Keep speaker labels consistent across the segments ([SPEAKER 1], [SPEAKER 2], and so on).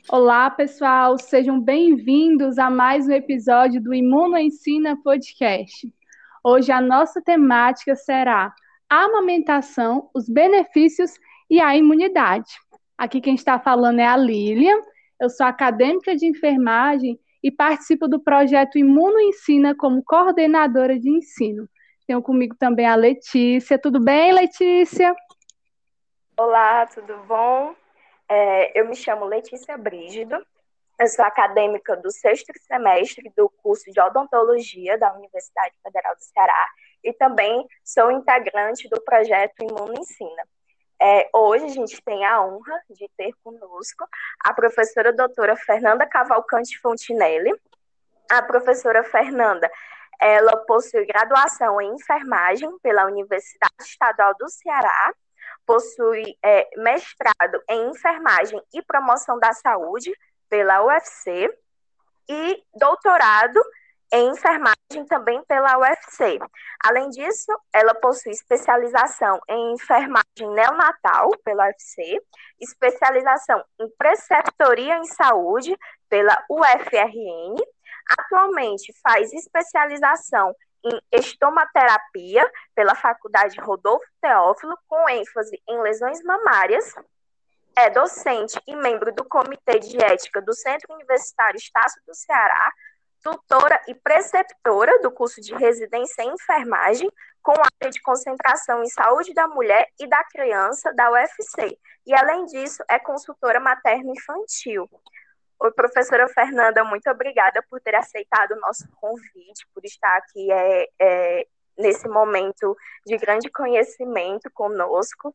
[SPEAKER 1] Olá, pessoal, sejam bem-vindos a mais um episódio do Imuno Ensina Podcast. Hoje a nossa temática será a amamentação, os benefícios e a imunidade. Aqui quem está falando é a Lilian, eu sou acadêmica de enfermagem e participo do projeto Imuno Ensina como coordenadora de ensino. Tenho comigo também a Letícia. Tudo bem, Letícia?
[SPEAKER 2] Olá, tudo bom? Eu me chamo Letícia Brígido, eu sou acadêmica do sexto semestre do curso de odontologia da Universidade Federal do Ceará e também sou integrante do projeto Imuno Ensina. Hoje a gente tem a honra de ter conosco a professora doutora Fernanda Cavalcante Fontinelli. A professora Fernanda, ela possui graduação em enfermagem pela Universidade Estadual do Ceará, possui mestrado em enfermagem e promoção da saúde pela UFC e doutorado em enfermagem também pela UFC. Além disso, ela possui especialização em enfermagem neonatal pela UFC, especialização em preceptoria em saúde pela UFRN. Atualmente faz especialização em estomaterapia pela Faculdade Rodolfo Teófilo, com ênfase em lesões mamárias. É docente e membro do Comitê de Ética do Centro Universitário Estácio do Ceará, tutora e preceptora do curso de residência em enfermagem, com área de concentração em saúde da mulher e da criança da UFC. E, além disso, é consultora materno-infantil. Oi, professora Fernanda, muito obrigada por ter aceitado o nosso convite, por estar aqui nesse momento de grande conhecimento conosco.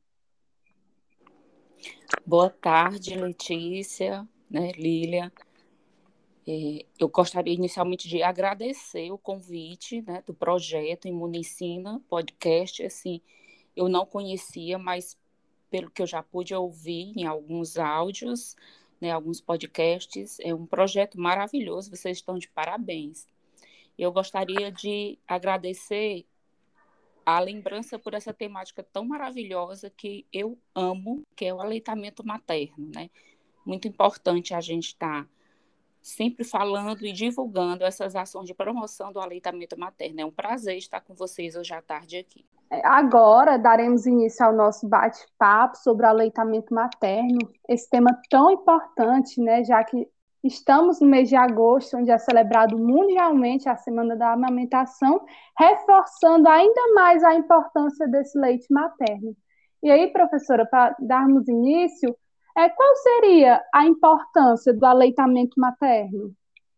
[SPEAKER 3] Boa tarde, Letícia, Lília. Eu gostaria inicialmente de agradecer o convite, do projeto Imunicina Podcast. Assim, eu não conhecia, mas pelo que eu já pude ouvir em alguns áudios, alguns podcasts, é um projeto maravilhoso, vocês estão de parabéns. Eu gostaria de agradecer a lembrança por essa temática tão maravilhosa que eu amo, que é o aleitamento materno, Muito importante a gente estar sempre falando e divulgando essas ações de promoção do aleitamento materno. É um prazer estar com vocês hoje à tarde aqui.
[SPEAKER 1] Agora daremos início ao nosso bate-papo sobre o aleitamento materno, esse tema tão importante, já que estamos no mês de agosto, onde é celebrado mundialmente a Semana da Amamentação, reforçando ainda mais a importância desse leite materno. E aí, professora, para darmos início, qual seria a importância do aleitamento materno?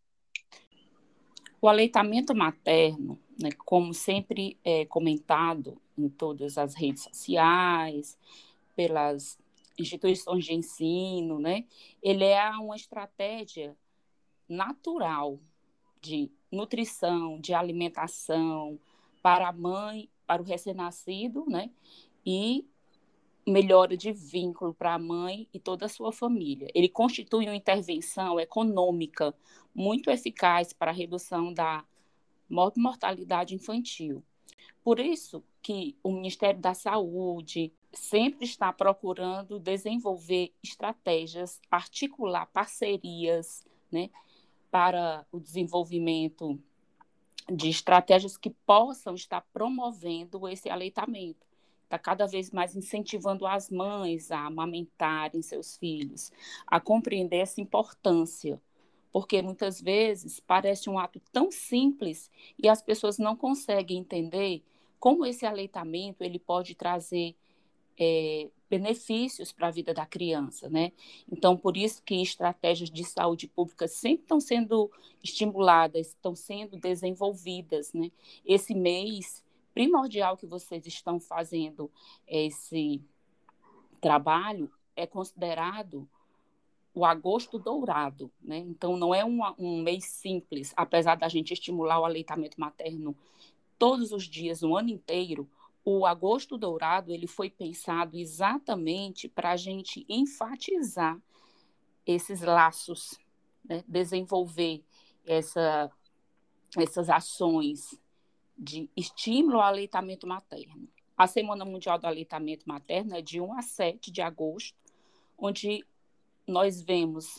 [SPEAKER 3] O aleitamento materno, como sempre é comentado em todas as redes sociais, pelas instituições de ensino, ele é uma estratégia natural de nutrição, de alimentação para a mãe, para o recém-nascido, e melhora de vínculo para a mãe e toda a sua família. Ele constitui uma intervenção econômica muito eficaz para a redução da mortalidade infantil. Por isso que o Ministério da Saúde sempre está procurando desenvolver estratégias, articular parcerias, para o desenvolvimento de estratégias que possam estar promovendo esse aleitamento. Está cada vez mais incentivando as mães a amamentarem seus filhos, a compreender essa importância, porque muitas vezes parece um ato tão simples e as pessoas não conseguem entender como esse aleitamento ele pode trazer benefícios para a vida da criança, Então, por isso que estratégias de saúde pública sempre estão sendo estimuladas, estão sendo desenvolvidas, Esse mês primordial que vocês estão fazendo esse trabalho é considerado o agosto dourado, Então, não é um mês simples, apesar da gente estimular o aleitamento materno todos os dias, o ano inteiro. O agosto dourado ele foi pensado exatamente para a gente enfatizar esses laços, desenvolver essas ações de estímulo ao aleitamento materno. A Semana Mundial do Aleitamento Materno é de 1 a 7 de agosto, onde nós vemos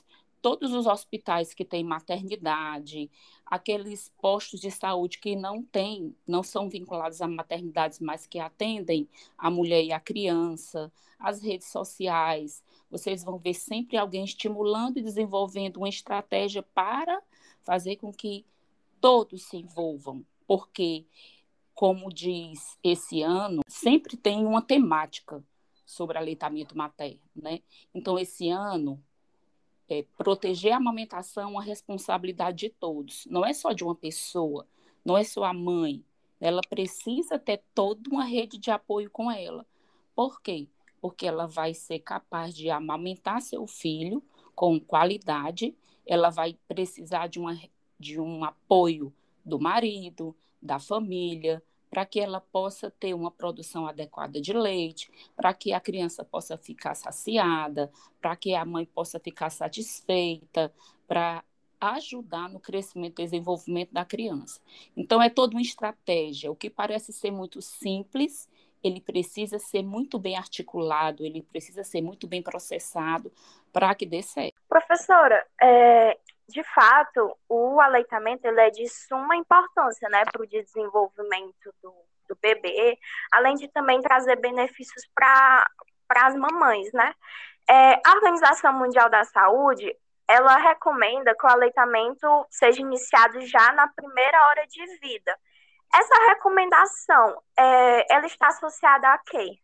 [SPEAKER 3] todos os hospitais que têm maternidade, aqueles postos de saúde que não são vinculados a maternidades, mas que atendem a mulher e a criança, as redes sociais, vocês vão ver sempre alguém estimulando e desenvolvendo uma estratégia para fazer com que todos se envolvam, porque, como diz esse ano, sempre tem uma temática sobre aleitamento materno, né? Então, esse ano, proteger a amamentação é uma responsabilidade de todos, não é só de uma pessoa, não é só a mãe, ela precisa ter toda uma rede de apoio com ela. Por quê? Porque ela vai ser capaz de amamentar seu filho com qualidade, ela vai precisar de um apoio do marido, da família, para que ela possa ter uma produção adequada de leite, para que a criança possa ficar saciada, para que a mãe possa ficar satisfeita, para ajudar no crescimento e desenvolvimento da criança. Então, é toda uma estratégia. O que parece ser muito simples, ele precisa ser muito bem articulado, ele precisa ser muito bem processado para que dê certo.
[SPEAKER 2] Professora, de fato, o aleitamento ele é de suma importância, né, para o desenvolvimento do bebê, além de também trazer benefícios para as mamães, né? A Organização Mundial da Saúde, ela recomenda que o aleitamento seja iniciado já na primeira hora de vida. Essa recomendação, ela está associada a quê?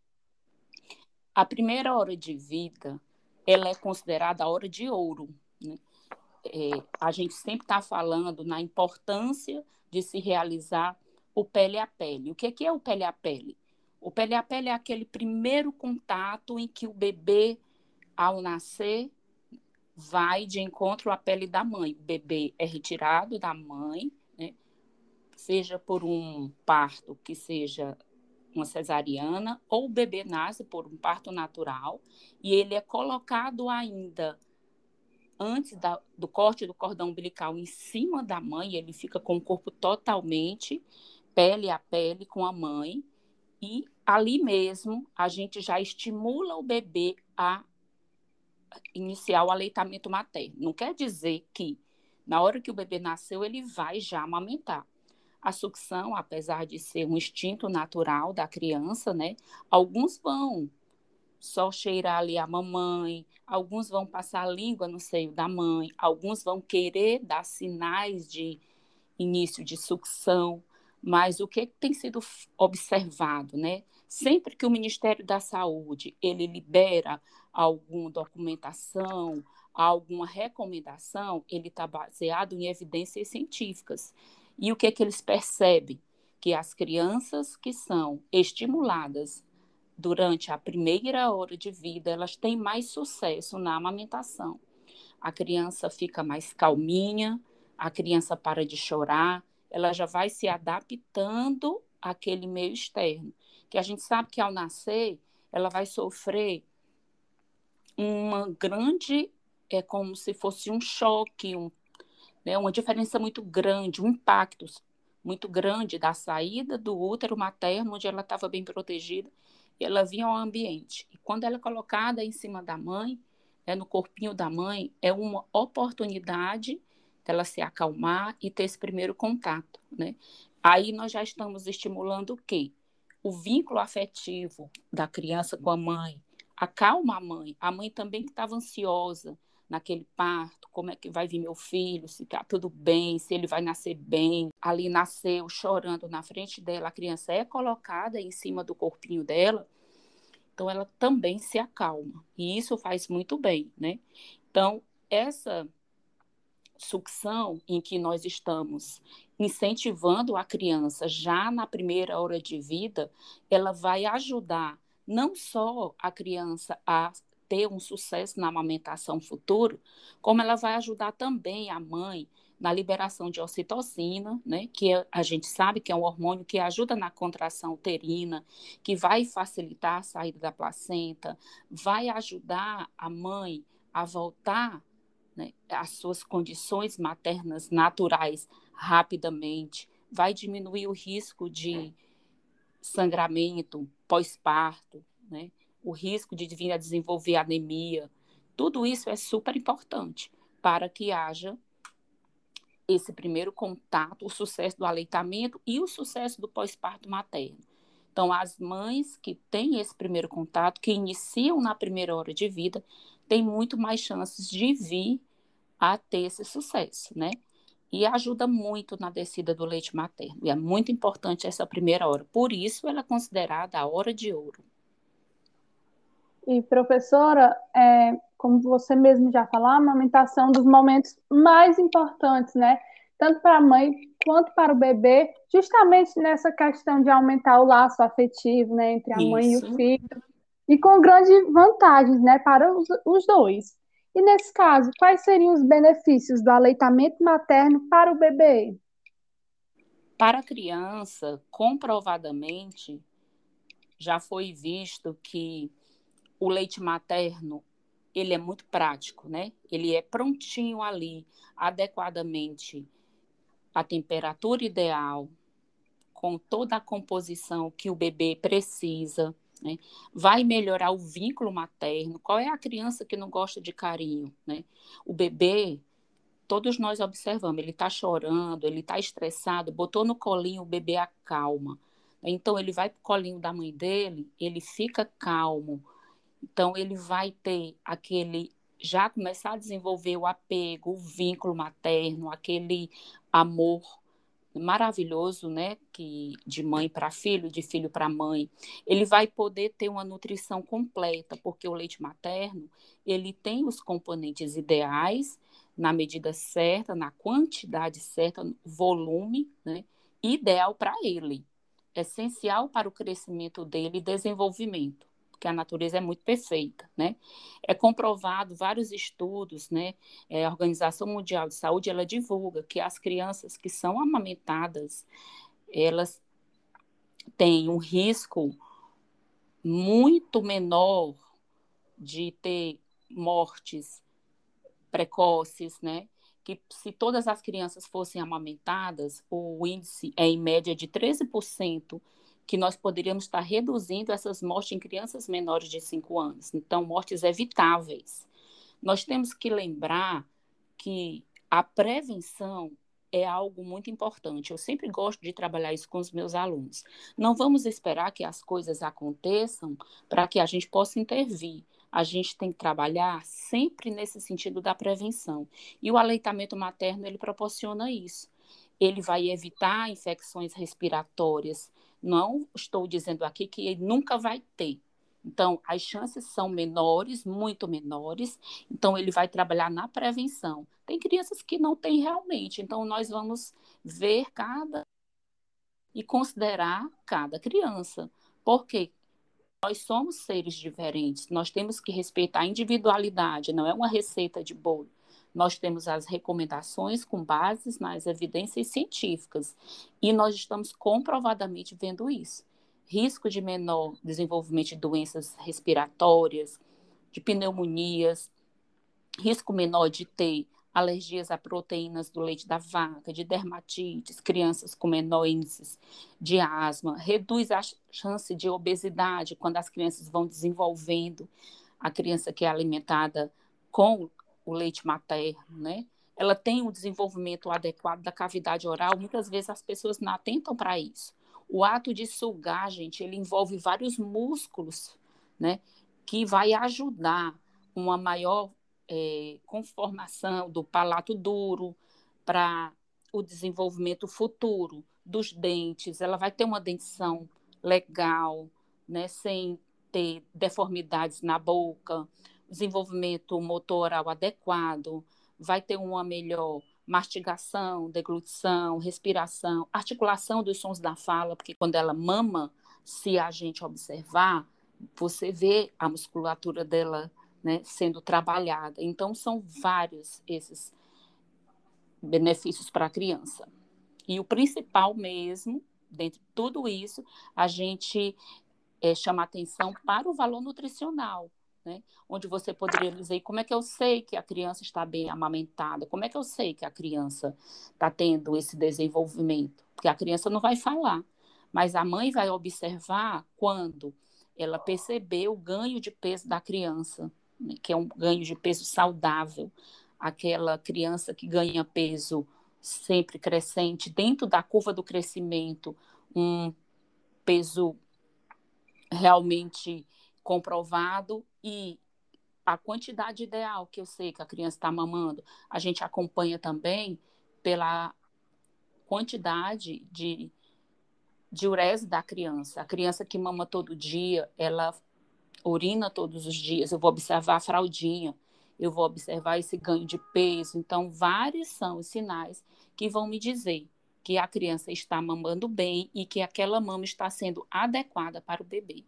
[SPEAKER 3] A primeira hora de vida, ela é considerada a hora de ouro, né? A gente sempre está falando na importância de se realizar o pele a pele. O que é o pele a pele? O pele a pele é aquele primeiro contato em que o bebê, ao nascer, vai de encontro à pele da mãe. O bebê é retirado da mãe, né? Seja por um parto que seja uma cesariana, ou o bebê nasce por um parto natural, e ele é colocado ainda antes do corte do cordão umbilical em cima da mãe, ele fica com o corpo totalmente pele a pele com a mãe, e ali mesmo a gente já estimula o bebê a iniciar o aleitamento materno. Não quer dizer que na hora que o bebê nasceu ele vai já amamentar. A sucção, apesar de ser um instinto natural da criança, né, alguns vão só cheirar ali a mamãe, alguns vão passar a língua no seio da mãe, alguns vão querer dar sinais de início de sucção, mas o que tem sido observado, né? Sempre que o Ministério da Saúde ele libera alguma documentação, alguma recomendação, ele está baseado em evidências científicas. E o que eles percebem? Que as crianças que são estimuladas durante a primeira hora de vida, elas têm mais sucesso na amamentação. A criança fica mais calminha, a criança para de chorar, ela já vai se adaptando àquele meio externo. Que a gente sabe que ao nascer, ela vai sofrer uma grande, é como se fosse um choque, né, uma diferença muito grande, um impacto muito grande da saída do útero materno, onde ela estava bem protegida, e ela vinha ao ambiente. E quando ela é colocada em cima da mãe, no corpinho da mãe, é uma oportunidade dela se acalmar e ter esse primeiro contato, né? Aí nós já estamos estimulando o quê? O vínculo afetivo da criança com a mãe. Acalma a mãe também que estava ansiosa naquele parto, como é que vai vir meu filho, se está tudo bem, se ele vai nascer bem. Ali nasceu chorando na frente dela, a criança é colocada em cima do corpinho dela, então ela também se acalma, e isso faz muito bem, né? Então, essa sucção em que nós estamos incentivando a criança já na primeira hora de vida, ela vai ajudar não só a criança a ter um sucesso na amamentação futuro, como ela vai ajudar também a mãe na liberação de ocitocina, né, que a gente sabe que é um hormônio que ajuda na contração uterina, que vai facilitar a saída da placenta, vai ajudar a mãe a voltar, né, às suas condições maternas naturais rapidamente, vai diminuir o risco de sangramento pós-parto, né, o risco de vir a desenvolver anemia. Tudo isso é super importante para que haja esse primeiro contato, o sucesso do aleitamento e o sucesso do pós-parto materno. Então, as mães que têm esse primeiro contato, que iniciam na primeira hora de vida, têm muito mais chances de vir a ter esse sucesso, né? E ajuda muito na descida do leite materno. E é muito importante essa primeira hora. Por isso, ela é considerada a hora de ouro.
[SPEAKER 1] E, professora, como você mesmo já falou, a amamentação é um dos momentos mais importantes, né? Tanto para a mãe quanto para o bebê, justamente nessa questão de aumentar o laço afetivo, né, entre a mãe e o
[SPEAKER 3] Isso.
[SPEAKER 1] filho, e com grandes vantagens, né, para os dois. E nesse caso, quais seriam os benefícios do aleitamento materno para o bebê?
[SPEAKER 3] Para a criança, comprovadamente, já foi visto que o leite materno, ele é muito prático, né? Ele é prontinho ali, adequadamente a temperatura ideal, com toda a composição que o bebê precisa, né? Vai melhorar o vínculo materno. Qual é a criança que não gosta de carinho, né? O bebê, todos nós observamos, ele está chorando, ele está estressado, botou no colinho, o bebê acalma. Então, ele vai para o colinho da mãe dele, ele fica calmo. Então, ele vai ter já começar a desenvolver o apego, o vínculo materno, aquele amor maravilhoso, né, que de mãe para filho, de filho para mãe. Ele vai poder ter uma nutrição completa, porque o leite materno, ele tem os componentes ideais, na medida certa, na quantidade certa, volume, né, ideal para ele, essencial para o crescimento dele e desenvolvimento, porque a natureza é muito perfeita, né? É comprovado vários estudos, né? A Organização Mundial de Saúde, ela divulga que as crianças que são amamentadas, elas têm um risco muito menor de ter mortes precoces, né? Que se todas as crianças fossem amamentadas, o índice é em média de 13%, que nós poderíamos estar reduzindo essas mortes em crianças menores de 5 anos. Então, mortes evitáveis. Nós temos que lembrar que a prevenção é algo muito importante. Eu sempre gosto de trabalhar isso com os meus alunos. Não vamos esperar que as coisas aconteçam para que a gente possa intervir. A gente tem que trabalhar sempre nesse sentido da prevenção. E o aleitamento materno, ele proporciona isso. Ele vai evitar infecções respiratórias. Não estou dizendo aqui que ele nunca vai ter. Então, as chances são menores, muito menores. Então, ele vai trabalhar na prevenção. Tem crianças que não têm realmente. Então, nós vamos ver e considerar cada criança. Porque nós somos seres diferentes, nós temos que respeitar a individualidade, não é uma receita de bolo. Nós temos as recomendações com bases nas evidências científicas e nós estamos comprovadamente vendo isso. Risco de menor desenvolvimento de doenças respiratórias, de pneumonias, risco menor de ter alergias a proteínas do leite da vaca, de dermatites, crianças com menor índices de asma, reduz a chance de obesidade quando as crianças vão desenvolvendo, a criança que é alimentada com o leite materno, né? Ela tem um desenvolvimento adequado da cavidade oral, muitas vezes as pessoas não atentam para isso. O ato de sugar, gente, ele envolve vários músculos, né? Que vai ajudar uma maior conformação do palato duro para o desenvolvimento futuro dos dentes. Ela vai ter uma dentição legal, né, sem ter deformidades na boca, desenvolvimento motoral adequado, vai ter uma melhor mastigação, deglutição, respiração, articulação dos sons da fala, porque quando ela mama, se a gente observar, você vê a musculatura dela, né, sendo trabalhada. Então, são vários esses benefícios para a criança. E o principal mesmo, dentro de tudo isso, a gente chama atenção para o valor nutricional, né? Onde você poderia dizer como é que eu sei que a criança está bem amamentada, como é que eu sei que a criança está tendo esse desenvolvimento, porque a criança não vai falar, mas a mãe vai observar quando ela perceber o ganho de peso da criança, né, que é um ganho de peso saudável, aquela criança que ganha peso sempre crescente, dentro da curva do crescimento, um peso realmente comprovado, e a quantidade ideal que eu sei que a criança está mamando, a gente acompanha também pela quantidade de urese da criança. A criança que mama todo dia, ela urina todos os dias, eu vou observar a fraldinha, eu vou observar esse ganho de peso. Então, vários são os sinais que vão me dizer que a criança está mamando bem e que aquela mama está sendo adequada para o bebê.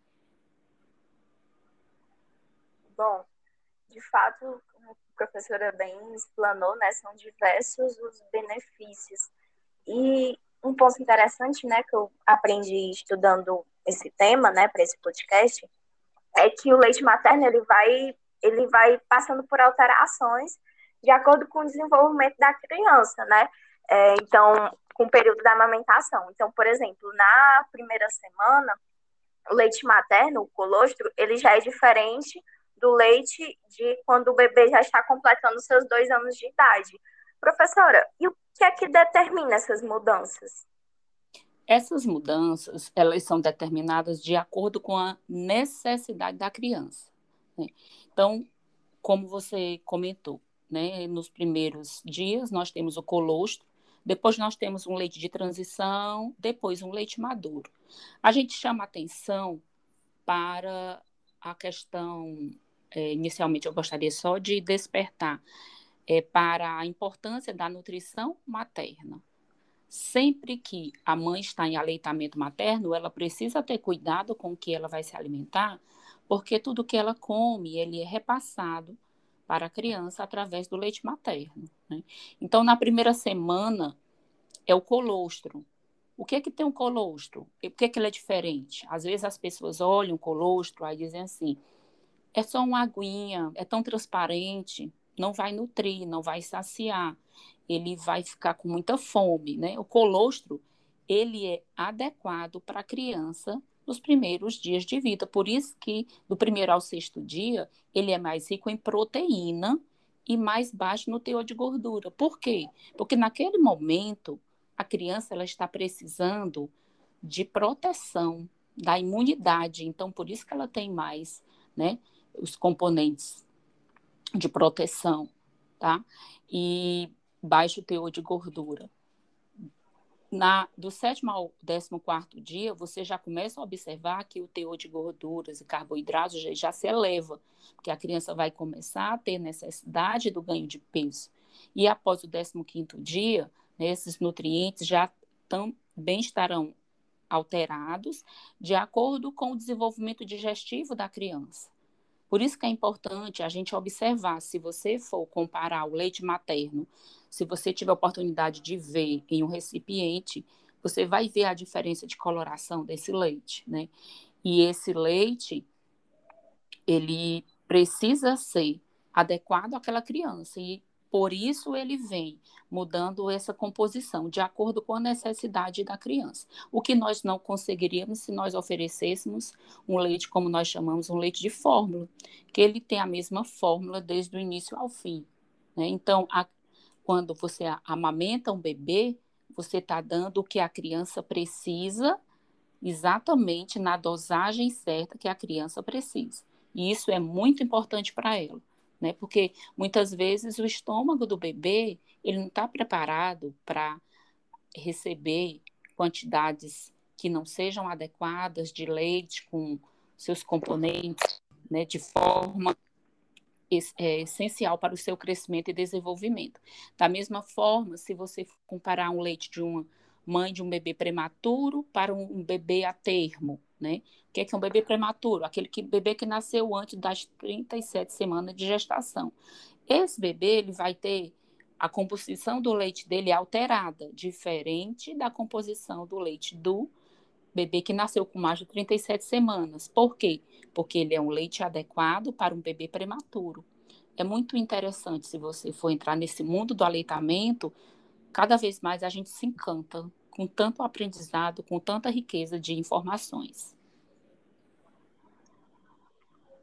[SPEAKER 2] Bom, de fato, como a professora bem explanou, né, são diversos os benefícios. E um ponto interessante, né, que eu aprendi estudando esse tema, né, para esse podcast, é que o leite materno ele vai passando por alterações de acordo com o desenvolvimento da criança, né? Então, com o período da amamentação. Então, por exemplo, na primeira semana, o leite materno, o colostro, ele já é diferente do leite de quando o bebê já está completando seus 2 anos de idade. Professora, e o que é que determina essas mudanças?
[SPEAKER 3] Essas mudanças, elas são determinadas de acordo com a necessidade da criança, né? Então, como você comentou, né, nos primeiros dias nós temos o colostro, depois nós temos um leite de transição, depois um leite maduro. A gente chama atenção para a questão, inicialmente eu gostaria só de despertar para a importância da nutrição materna. Sempre que a mãe está em aleitamento materno, ela precisa ter cuidado com o que ela vai se alimentar, porque tudo que ela come, ele é repassado para a criança através do leite materno, né? Então, na primeira semana, é o colostro. O que é que tem um colostro? E por que é que ele é diferente? Às vezes as pessoas olham o colostro e dizem assim, é só uma aguinha, é tão transparente, não vai nutrir, não vai saciar, ele vai ficar com muita fome, né? O colostro, ele é adequado para a criança nos primeiros dias de vida, por isso que do primeiro ao sexto dia, ele é mais rico em proteína e mais baixo no teor de gordura. Por quê? Porque naquele momento, a criança ela está precisando de proteção, da imunidade, então por isso que ela tem mais, né, os componentes de proteção, tá? E baixo teor de gordura. Do 7º ao 14º dia, você já começa a observar que o teor de gorduras e carboidratos já se eleva, porque a criança vai começar a ter necessidade do ganho de peso. E após o 15º dia, né, esses nutrientes já também estarão alterados de acordo com o desenvolvimento digestivo da criança. Por isso que é importante a gente observar, se você for comparar o leite materno, se você tiver a oportunidade de ver em um recipiente, você vai ver a diferença de coloração desse leite, né? E esse leite, ele precisa ser adequado àquela criança e por isso ele vem mudando essa composição de acordo com a necessidade da criança. O que nós não conseguiríamos se nós oferecêssemos um leite, como nós chamamos, um leite de fórmula, que ele tem a mesma fórmula desde o início ao fim, né? Então, quando você amamenta um bebê, você está dando o que a criança precisa exatamente na dosagem certa que a criança precisa. E isso é muito importante para ela, né? Porque muitas vezes o estômago do bebê, ele não está preparado para receber quantidades que não sejam adequadas de leite com seus componentes, né, de forma essencial para o seu crescimento e desenvolvimento. Da mesma forma, se você comparar um leite de uma mãe de um bebê prematuro para um bebê a termo, né? O que é um bebê prematuro? Bebê que nasceu antes das 37 semanas de gestação. Esse bebê, ele vai ter a composição do leite dele alterada, diferente da composição do leite do bebê que nasceu com mais de 37 semanas. Por quê? Porque ele é um leite adequado para um bebê prematuro. É muito interessante, se você for entrar nesse mundo do aleitamento, cada vez mais a gente se encanta com tanto aprendizado, com tanta riqueza de informações.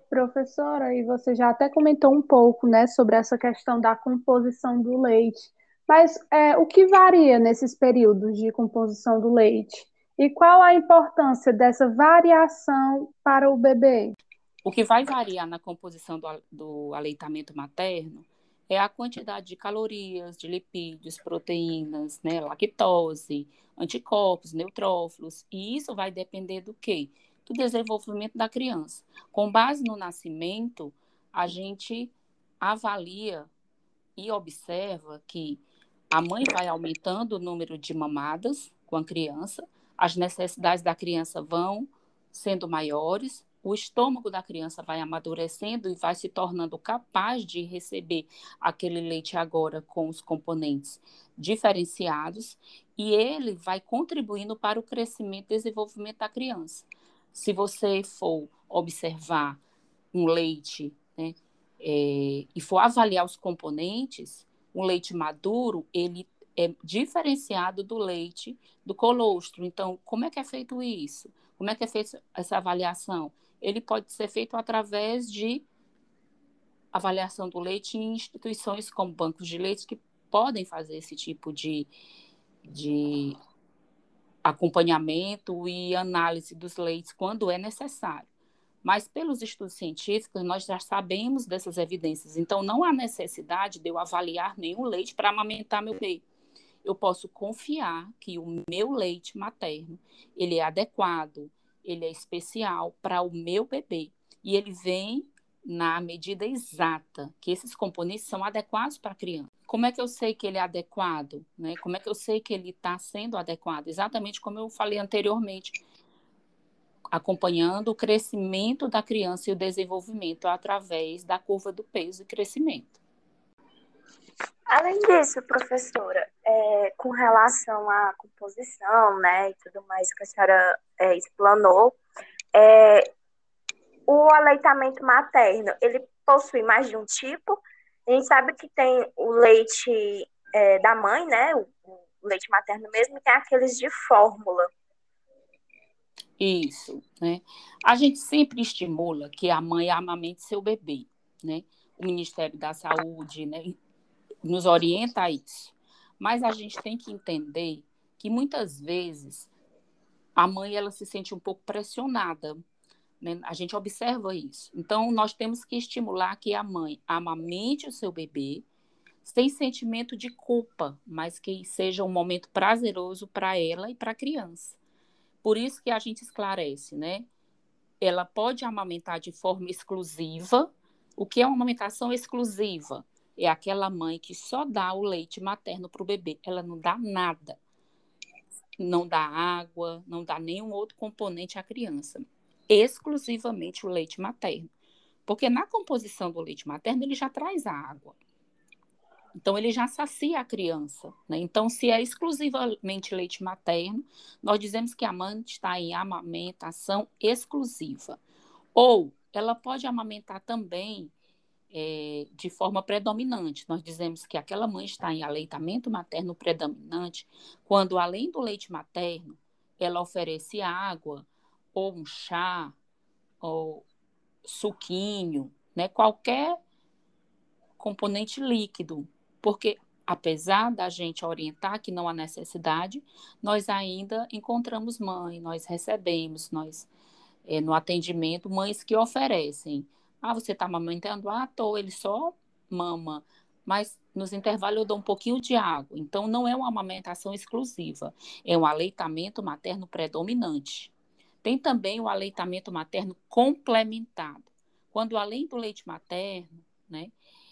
[SPEAKER 1] Professora, e você já até comentou um pouco, né, sobre essa questão da composição do leite. Mas o que varia nesses períodos de composição do leite? E qual a importância dessa variação para o bebê?
[SPEAKER 3] O que vai variar na composição do aleitamento materno é a quantidade de calorias, de lipídios, proteínas, né, lactose, anticorpos, neutrófilos, e isso vai depender do quê? Do desenvolvimento da criança. Com base no nascimento, a gente avalia e observa que a mãe vai aumentando o número de mamadas com a criança, as necessidades da criança vão sendo maiores, o estômago da criança vai amadurecendo e vai se tornando capaz de receber aquele leite agora com os componentes diferenciados, e ele vai contribuindo para o crescimento e desenvolvimento da criança. Se você for observar um leite, né, e for avaliar os componentes, o leite maduro, ele é diferenciado do leite do colostro. Então, como é que é feito isso? Como é que é feita essa avaliação? Ele pode ser feito através de avaliação do leite em instituições como bancos de leite, que podem fazer esse tipo de acompanhamento e análise dos leites quando é necessário. Mas pelos estudos científicos, nós já sabemos dessas evidências. Então, não há necessidade de eu avaliar nenhum leite para amamentar meu bebê. Eu posso confiar que o meu leite materno, ele é adequado, ele é especial para o meu bebê. E ele vem na medida exata, que esses componentes são adequados para a criança. Como é que eu sei que ele é adequado? Né? Como é que eu sei que ele está sendo adequado? Exatamente como eu falei anteriormente, acompanhando o crescimento da criança e o desenvolvimento através da curva do peso e crescimento.
[SPEAKER 2] Além disso, professora, com relação à composição, né, e tudo mais que a senhora explanou, o aleitamento materno, ele possui mais de um tipo. A gente sabe que tem o leite da mãe, né, o leite materno mesmo, e tem aqueles de fórmula.
[SPEAKER 3] Isso, né? A gente sempre estimula que a mãe amamente seu bebê, né? O Ministério da Saúde, né, nos orienta a isso. Mas a gente tem que entender que muitas vezes a mãe ela se sente um pouco pressionada, né? A gente observa isso. Então, nós temos que estimular que a mãe amamente o seu bebê sem sentimento de culpa, mas que seja um momento prazeroso para ela e para a criança. Por isso que a gente esclarece, né? Ela pode amamentar de forma exclusiva. O que é uma amamentação exclusiva? É aquela mãe que só dá o leite materno para o bebê. Ela não dá nada. Não dá água, não dá nenhum outro componente à criança. Exclusivamente o leite materno. Porque na composição do leite materno, ele já traz a água. Então, ele já sacia a criança, né? Então, se é exclusivamente leite materno, nós dizemos que a mãe está em amamentação exclusiva. Ou ela pode amamentar também de forma predominante. Nós dizemos que aquela mãe está em aleitamento materno predominante quando, além do leite materno, ela oferece água, ou um chá, ou suquinho, né? Qualquer componente líquido, porque apesar da gente orientar que não há necessidade, nós ainda encontramos mães, nós recebemos, no atendimento, mães que oferecem. Você está amamentando? Tô, ele só mama, mas nos intervalos eu dou um pouquinho de água. Então, não é uma amamentação exclusiva, é um aleitamento materno predominante. Tem também o aleitamento materno complementado, quando além do leite materno, né,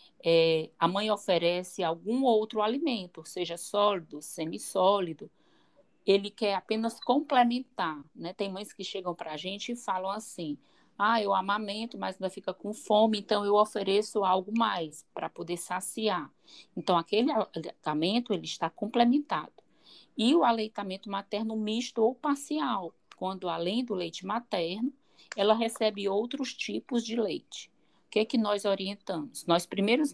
[SPEAKER 3] a mãe oferece algum outro alimento, seja sólido, semissólido, ele quer apenas complementar, né? Tem mães que chegam para a gente e falam assim, eu amamento, mas ainda fica com fome, então eu ofereço algo mais para poder saciar. Então, aquele aleitamento, ele está complementado. E o aleitamento materno misto ou parcial, quando além do leite materno, ela recebe outros tipos de leite. O que é que nós orientamos? Nós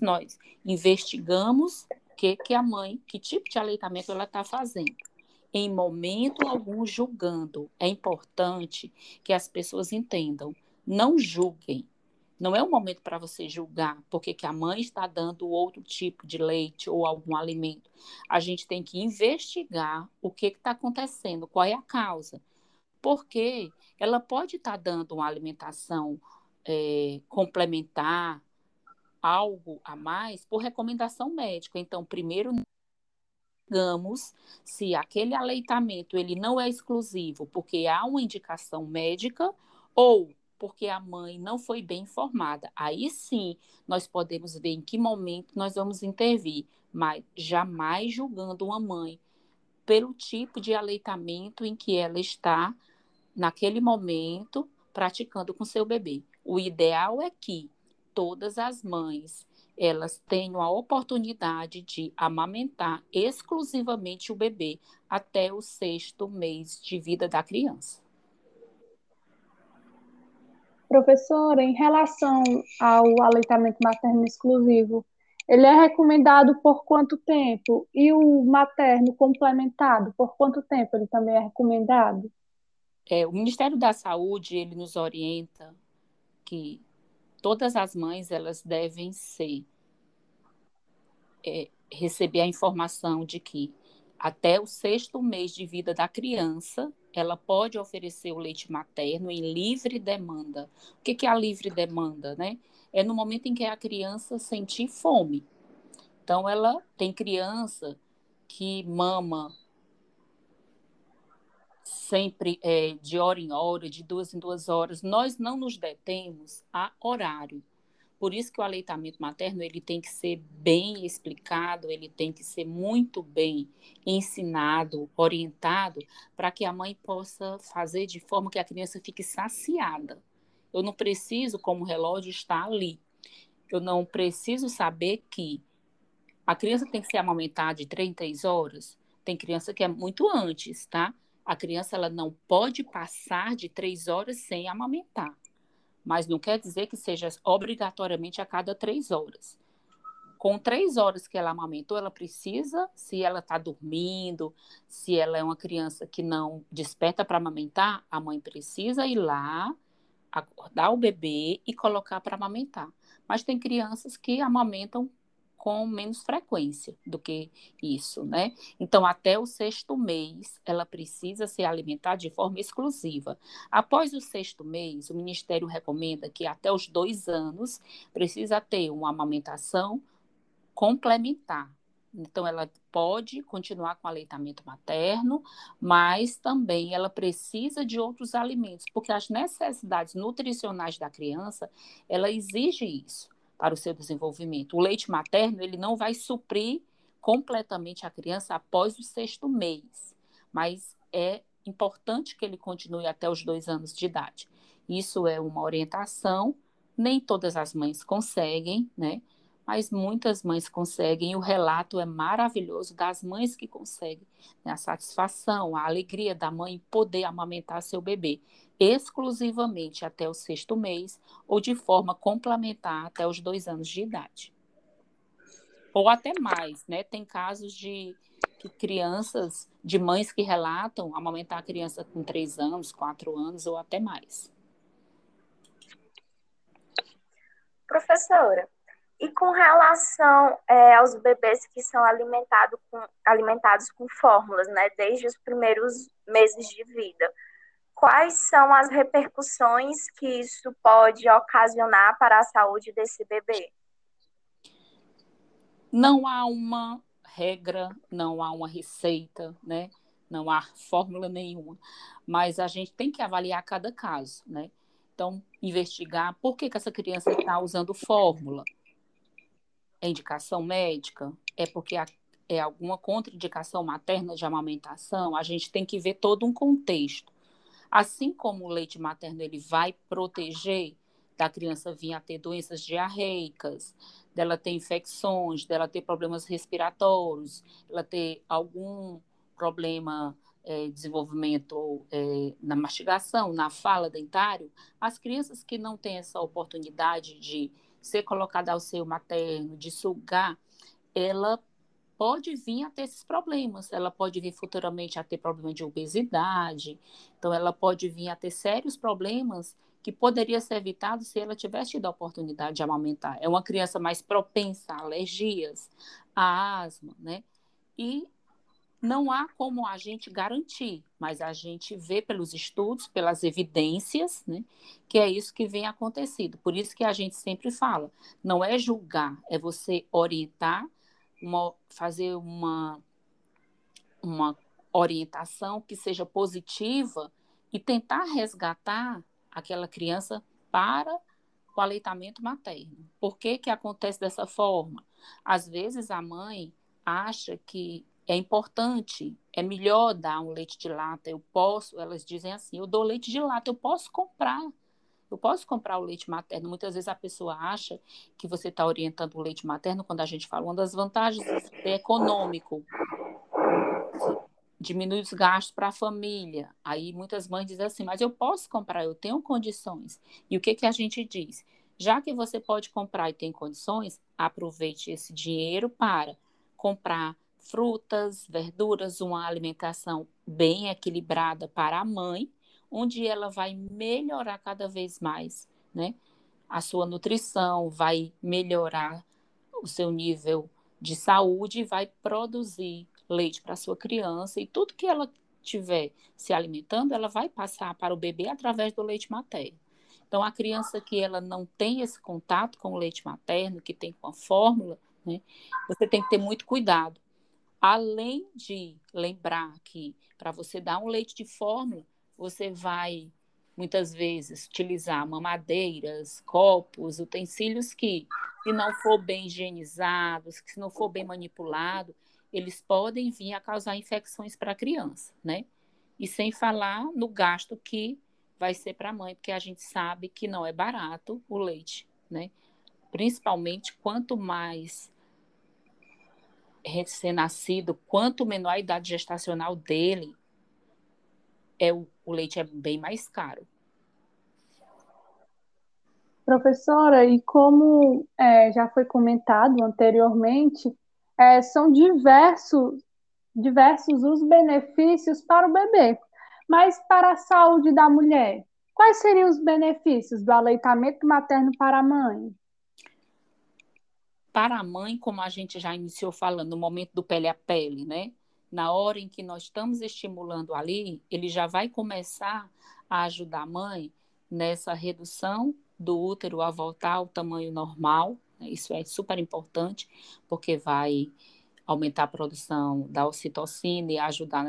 [SPEAKER 3] investigamos que tipo de aleitamento ela está fazendo. Em momento algum julgando. É importante que as pessoas entendam. Não julguem. Não é um momento para você julgar porque que a mãe está dando outro tipo de leite ou algum alimento. A gente tem que investigar o que está acontecendo, qual é a causa. Porque ela pode estar dando uma alimentação complementar, algo a mais, por recomendação médica. Então, primeiro, digamos, se aquele aleitamento ele não é exclusivo porque há uma indicação médica ou porque a mãe não foi bem informada. Aí sim, nós podemos ver em que momento nós vamos intervir, mas jamais julgando uma mãe pelo tipo de aleitamento em que ela está naquele momento praticando com seu bebê. O ideal é que todas as mães elas tenham a oportunidade de amamentar exclusivamente o bebê até o 6º mês de vida da criança.
[SPEAKER 1] Professora, em relação ao aleitamento materno exclusivo, ele é recomendado por quanto tempo? E o materno complementado, por quanto tempo ele também é recomendado?
[SPEAKER 3] O Ministério da Saúde, ele nos orienta que todas as mães elas devem receber a informação de que até o 6º mês de vida da criança, ela pode oferecer o leite materno em livre demanda. O que é a livre demanda, né? É no momento em que a criança sentir fome. Então, ela tem criança que mama sempre de hora em hora, de 2 em 2 horas. Nós não nos detemos a horário. Por isso que o aleitamento materno ele tem que ser bem explicado, ele tem que ser muito bem ensinado, orientado, para que a mãe possa fazer de forma que a criança fique saciada. Eu não preciso, como relógio, estar ali. Eu não preciso saber que a criança tem que ser amamentada de 3 em 3 horas. Tem criança que é muito antes, tá? A criança ela não pode passar de 3 horas sem amamentar. Mas não quer dizer que seja obrigatoriamente a cada 3 horas. Com 3 horas que ela amamentou, ela precisa, se ela está dormindo, se ela é uma criança que não desperta para amamentar, a mãe precisa ir lá, acordar o bebê e colocar para amamentar. Mas tem crianças que amamentam com menos frequência do que isso, né? Então, até o 6º mês, ela precisa ser alimentada de forma exclusiva. Após o 6º mês, o Ministério recomenda que até os 2 anos precisa ter uma amamentação complementar. Então, ela pode continuar com o aleitamento materno, mas também ela precisa de outros alimentos, porque as necessidades nutricionais da criança, ela exige isso para o seu desenvolvimento. O leite materno, ele não vai suprir completamente a criança após o 6º mês, mas é importante que ele continue até os 2 anos de idade. Isso é uma orientação, nem todas as mães conseguem, né? Mas muitas mães conseguem, e o relato é maravilhoso das mães que conseguem, né? A satisfação, a alegria da mãe poder amamentar seu bebê exclusivamente até o 6º mês ou de forma complementar até os 2 anos de idade. Ou até mais, né? Tem casos de crianças, de mães que relatam amamentar a criança com 3 anos, 4 anos ou até mais.
[SPEAKER 2] Professora, e com relação aos bebês que são alimentados com fórmulas, né, desde os primeiros meses de vida, quais são as repercussões que isso pode ocasionar para a saúde desse bebê?
[SPEAKER 3] Não há uma regra, não há uma receita, né? Não há fórmula nenhuma, mas a gente tem que avaliar cada caso, né? Então, investigar por que essa criança está usando fórmula. É indicação médica? É porque é alguma contraindicação materna de amamentação? A gente tem que ver todo um contexto. Assim como o leite materno ele vai proteger da criança vir a ter doenças diarreicas, dela ter infecções, dela ter problemas respiratórios, ela ter algum problema desenvolvimento na mastigação, na fala dentário, as crianças que não têm essa oportunidade de ser colocada ao seio materno, de sugar, ela pode vir a ter esses problemas. Ela pode vir futuramente a ter problema de obesidade. Então, ela pode vir a ter sérios problemas que poderia ser evitado se ela tivesse tido a oportunidade de amamentar. É uma criança mais propensa a alergias, a asma, né? E não há como a gente garantir, mas a gente vê pelos estudos, pelas evidências, né, que é isso que vem acontecendo. Por isso que a gente sempre fala, não é julgar, é você orientar, fazer uma orientação que seja positiva e tentar resgatar aquela criança para o aleitamento materno. Por que que acontece dessa forma? Às vezes a mãe acha que é importante, é melhor dar um leite de lata, elas dizem assim, eu dou leite de lata, eu posso comprar o leite materno. Muitas vezes a pessoa acha que você está orientando o leite materno, quando a gente fala, uma das vantagens é econômico, diminui os gastos para a família. Aí muitas mães dizem assim, mas eu posso comprar, eu tenho condições. E o que que a gente diz? Já que você pode comprar e tem condições, aproveite esse dinheiro para comprar frutas, verduras, uma alimentação bem equilibrada para a mãe, onde ela vai melhorar cada vez mais, né? A sua nutrição, vai melhorar o seu nível de saúde e vai produzir leite para sua criança e tudo que ela tiver se alimentando, ela vai passar para o bebê através do leite materno. Então, a criança que ela não tem esse contato com o leite materno, que tem com a fórmula, né, você tem que ter muito cuidado. Além de lembrar que para você dar um leite de fórmula, você vai muitas vezes utilizar mamadeiras, copos, utensílios que, se não for bem higienizados, que se não for bem manipulado, eles podem vir a causar infecções para a criança, né? E sem falar no gasto que vai ser para a mãe, porque a gente sabe que não é barato o leite, né? Principalmente quanto mais recém-nascido, quanto menor a idade gestacional dele, o leite é bem mais caro.
[SPEAKER 1] Professora, e como já foi comentado anteriormente, são diversos os benefícios para o bebê. Mas para a saúde da mulher, quais seriam os benefícios do aleitamento materno para a mãe?
[SPEAKER 3] Para a mãe, como a gente já iniciou falando, no momento do pele a pele, né? Na hora em que nós estamos estimulando ali, ele já vai começar a ajudar a mãe nessa redução do útero a voltar ao tamanho normal, né? Isso é super importante, porque vai aumentar a produção da ocitocina e ajudar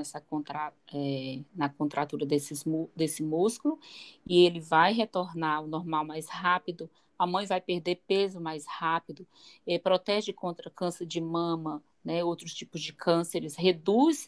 [SPEAKER 3] na contratura desse músculo, e ele vai retornar ao normal mais rápido, a mãe vai perder peso mais rápido, protege contra câncer de mama, né, outros tipos de cânceres, reduz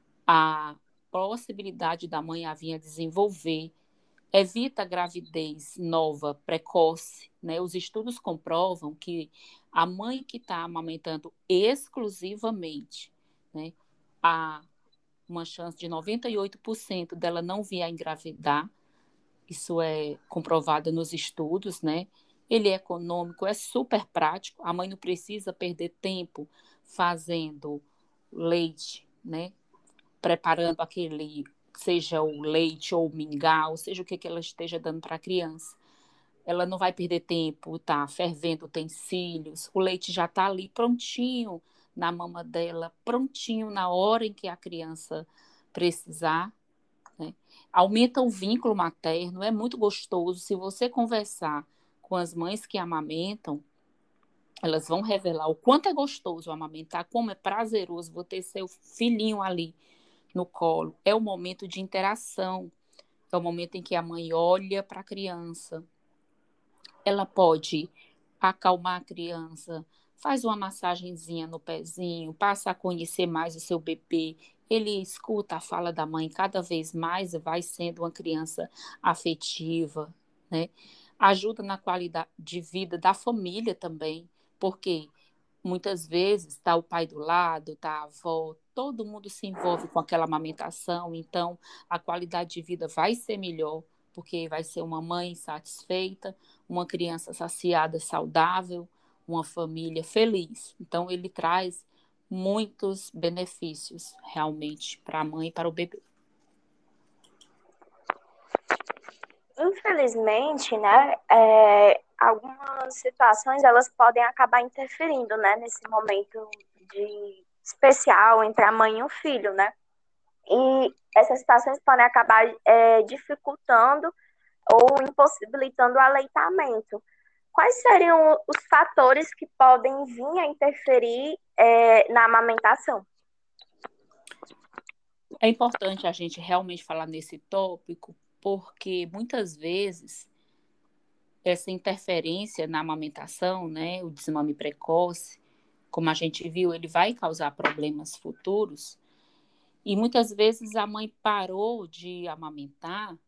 [SPEAKER 3] a possibilidade da mãe a vir a desenvolver, evita a gravidez nova, precoce, né? Os estudos comprovam que a mãe que está amamentando exclusivamente, né, há uma chance de 98% dela não vir a engravidar. Isso é comprovado nos estudos, né? Ele é econômico, é super prático. A mãe não precisa perder tempo fazendo leite, né? Preparando aquele, seja o leite ou o mingau, seja o que ela esteja dando para a criança. Ela não vai perder tempo, tá fervendo utensílios, o leite já está ali prontinho na mama dela, prontinho na hora em que a criança precisar, né? Aumenta o vínculo materno, é muito gostoso. Se você conversar com as mães que amamentam, elas vão revelar o quanto é gostoso amamentar, como é prazeroso você ter seu filhinho ali no colo. É o momento de interação, é o momento em que a mãe olha para a criança. Ela pode acalmar a criança, faz uma massagenzinha no pezinho, passa a conhecer mais o seu bebê. Ele escuta a fala da mãe, cada vez mais vai sendo uma criança afetiva, né? Ajuda na qualidade de vida da família também, porque muitas vezes está o pai do lado, está a avó, todo mundo se envolve com aquela amamentação, então a qualidade de vida vai ser melhor, porque vai ser uma mãe satisfeita, uma criança saciada, saudável, uma família feliz. Então ele traz muitos benefícios realmente para a mãe e para o bebê.
[SPEAKER 2] Infelizmente, né, algumas situações elas podem acabar interferindo, né, nesse momento de especial entre a mãe e o filho, né? E essas situações podem acabar dificultando ou impossibilitando o aleitamento. Quais seriam os fatores que podem vir a interferir na amamentação?
[SPEAKER 3] É importante a gente realmente falar nesse tópico, porque muitas vezes essa interferência na amamentação, né, o desmame precoce, como a gente viu, ele vai causar problemas futuros. E muitas vezes a mãe parou de amamentar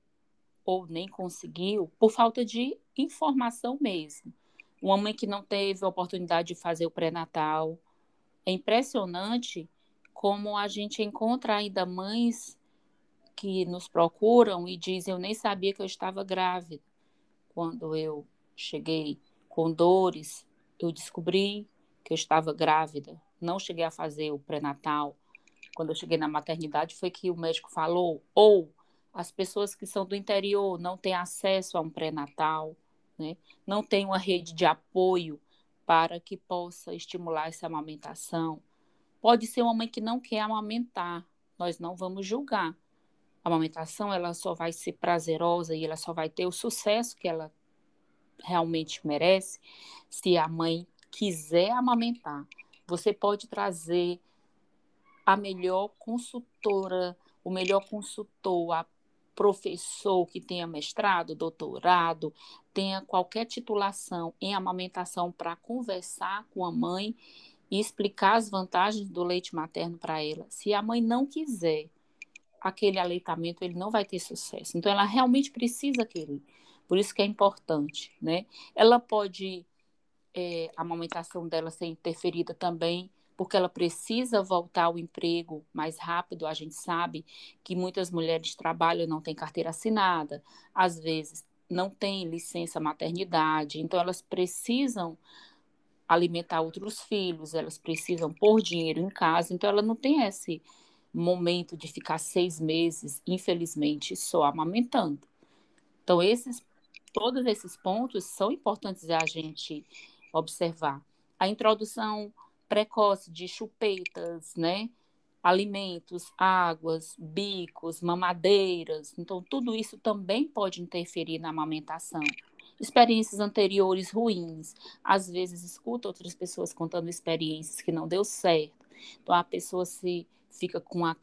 [SPEAKER 3] ou nem conseguiu por falta de informação mesmo. Uma mãe que não teve a oportunidade de fazer o pré-natal. É impressionante como a gente encontra ainda mães que nos procuram e dizem: eu nem sabia que eu estava grávida. Quando eu cheguei com dores, eu descobri que eu estava grávida. Não cheguei a fazer o pré-natal. Quando eu cheguei na maternidade, foi que o médico falou. Ou as pessoas que são do interior não têm acesso a um pré-natal, né? Não tem uma rede de apoio para que possa estimular essa amamentação. Pode ser uma mãe que não quer amamentar, nós não vamos julgar. A amamentação ela só vai ser prazerosa e ela só vai ter o sucesso que ela realmente merece se a mãe quiser amamentar. Você pode trazer a melhor consultora, o melhor consultor, a professor que tenha mestrado, doutorado, tenha qualquer titulação em amamentação para conversar com a mãe e explicar as vantagens do leite materno para ela. Se a mãe não quiser aquele aleitamento, ele não vai ter sucesso. Então, ela realmente precisa querer. Por isso que é importante, né? Ela pode, a amamentação dela ser interferida também, porque ela precisa voltar ao emprego mais rápido. A gente sabe que muitas mulheres trabalham, não têm carteira assinada, às vezes não têm licença maternidade, então elas precisam alimentar outros filhos, elas precisam pôr dinheiro em casa, então ela não tem esse momento de ficar 6 meses, infelizmente, só amamentando. Então, todos esses pontos são importantes a gente observar. A introdução precoce de chupetas, né? Alimentos, águas, bicos, mamadeiras. Então, tudo isso também pode interferir na amamentação. Experiências anteriores ruins. Às vezes, escuta outras pessoas contando experiências que não deu certo. Então, a pessoa se fica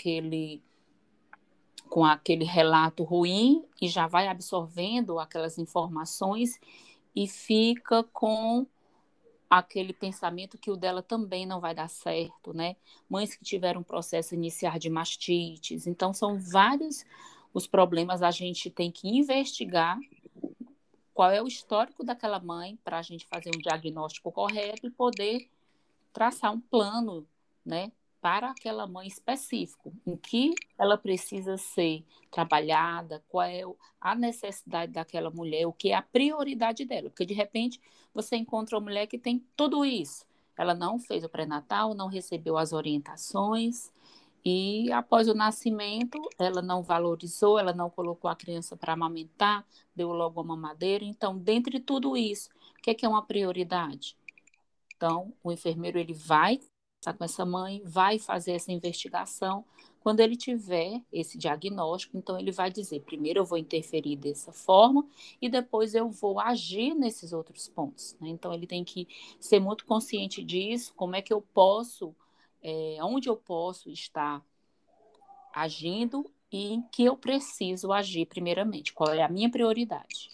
[SPEAKER 3] com aquele relato ruim e já vai absorvendo aquelas informações e fica com aquele pensamento que o dela também não vai dar certo, né? Mães que tiveram um processo inicial de mastites. Então, são vários os problemas. A gente tem que investigar qual é o histórico daquela mãe para a gente fazer um diagnóstico correto e poder traçar um plano, né, para aquela mãe específico, em que ela precisa ser trabalhada, qual é a necessidade daquela mulher, o que é a prioridade dela, porque de repente você encontra uma mulher que tem tudo isso, ela não fez o pré-natal, não recebeu as orientações e após o nascimento ela não valorizou, ela não colocou a criança para amamentar, deu logo a mamadeira, então dentre tudo isso, o que é uma prioridade? Então, o enfermeiro ele vai estar com essa mãe, vai fazer essa investigação. Quando ele tiver esse diagnóstico, então ele vai dizer: primeiro eu vou interferir dessa forma e depois eu vou agir nesses outros pontos, né? Então, ele tem que ser muito consciente disso, como é que eu posso, onde eu posso estar agindo e em que eu preciso agir primeiramente, qual é a minha prioridade.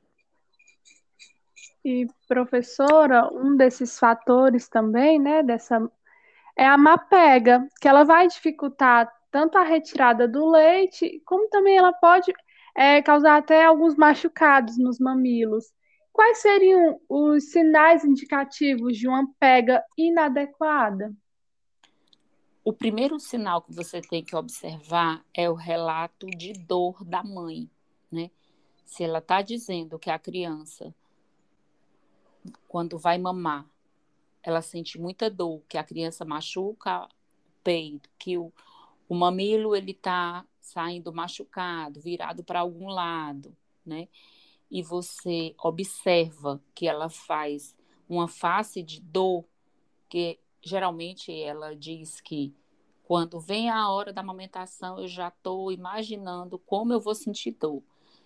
[SPEAKER 1] E, professora, um desses fatores também, né, é a má pega, que ela vai dificultar tanto a retirada do leite, como também ela pode causar até alguns machucados nos mamilos. Quais seriam os sinais indicativos de uma pega inadequada?
[SPEAKER 3] O primeiro sinal que você tem que observar é o relato de dor da mãe, né? Se ela está dizendo que a criança, quando vai mamar, ela sente muita dor, que a criança machuca o peito, que o mamilo ele está saindo machucado, virado para algum lado, né? E você observa que ela faz uma face de dor, que geralmente ela diz que quando vem a hora da amamentação, eu já estou imaginando como eu vou sentir dor.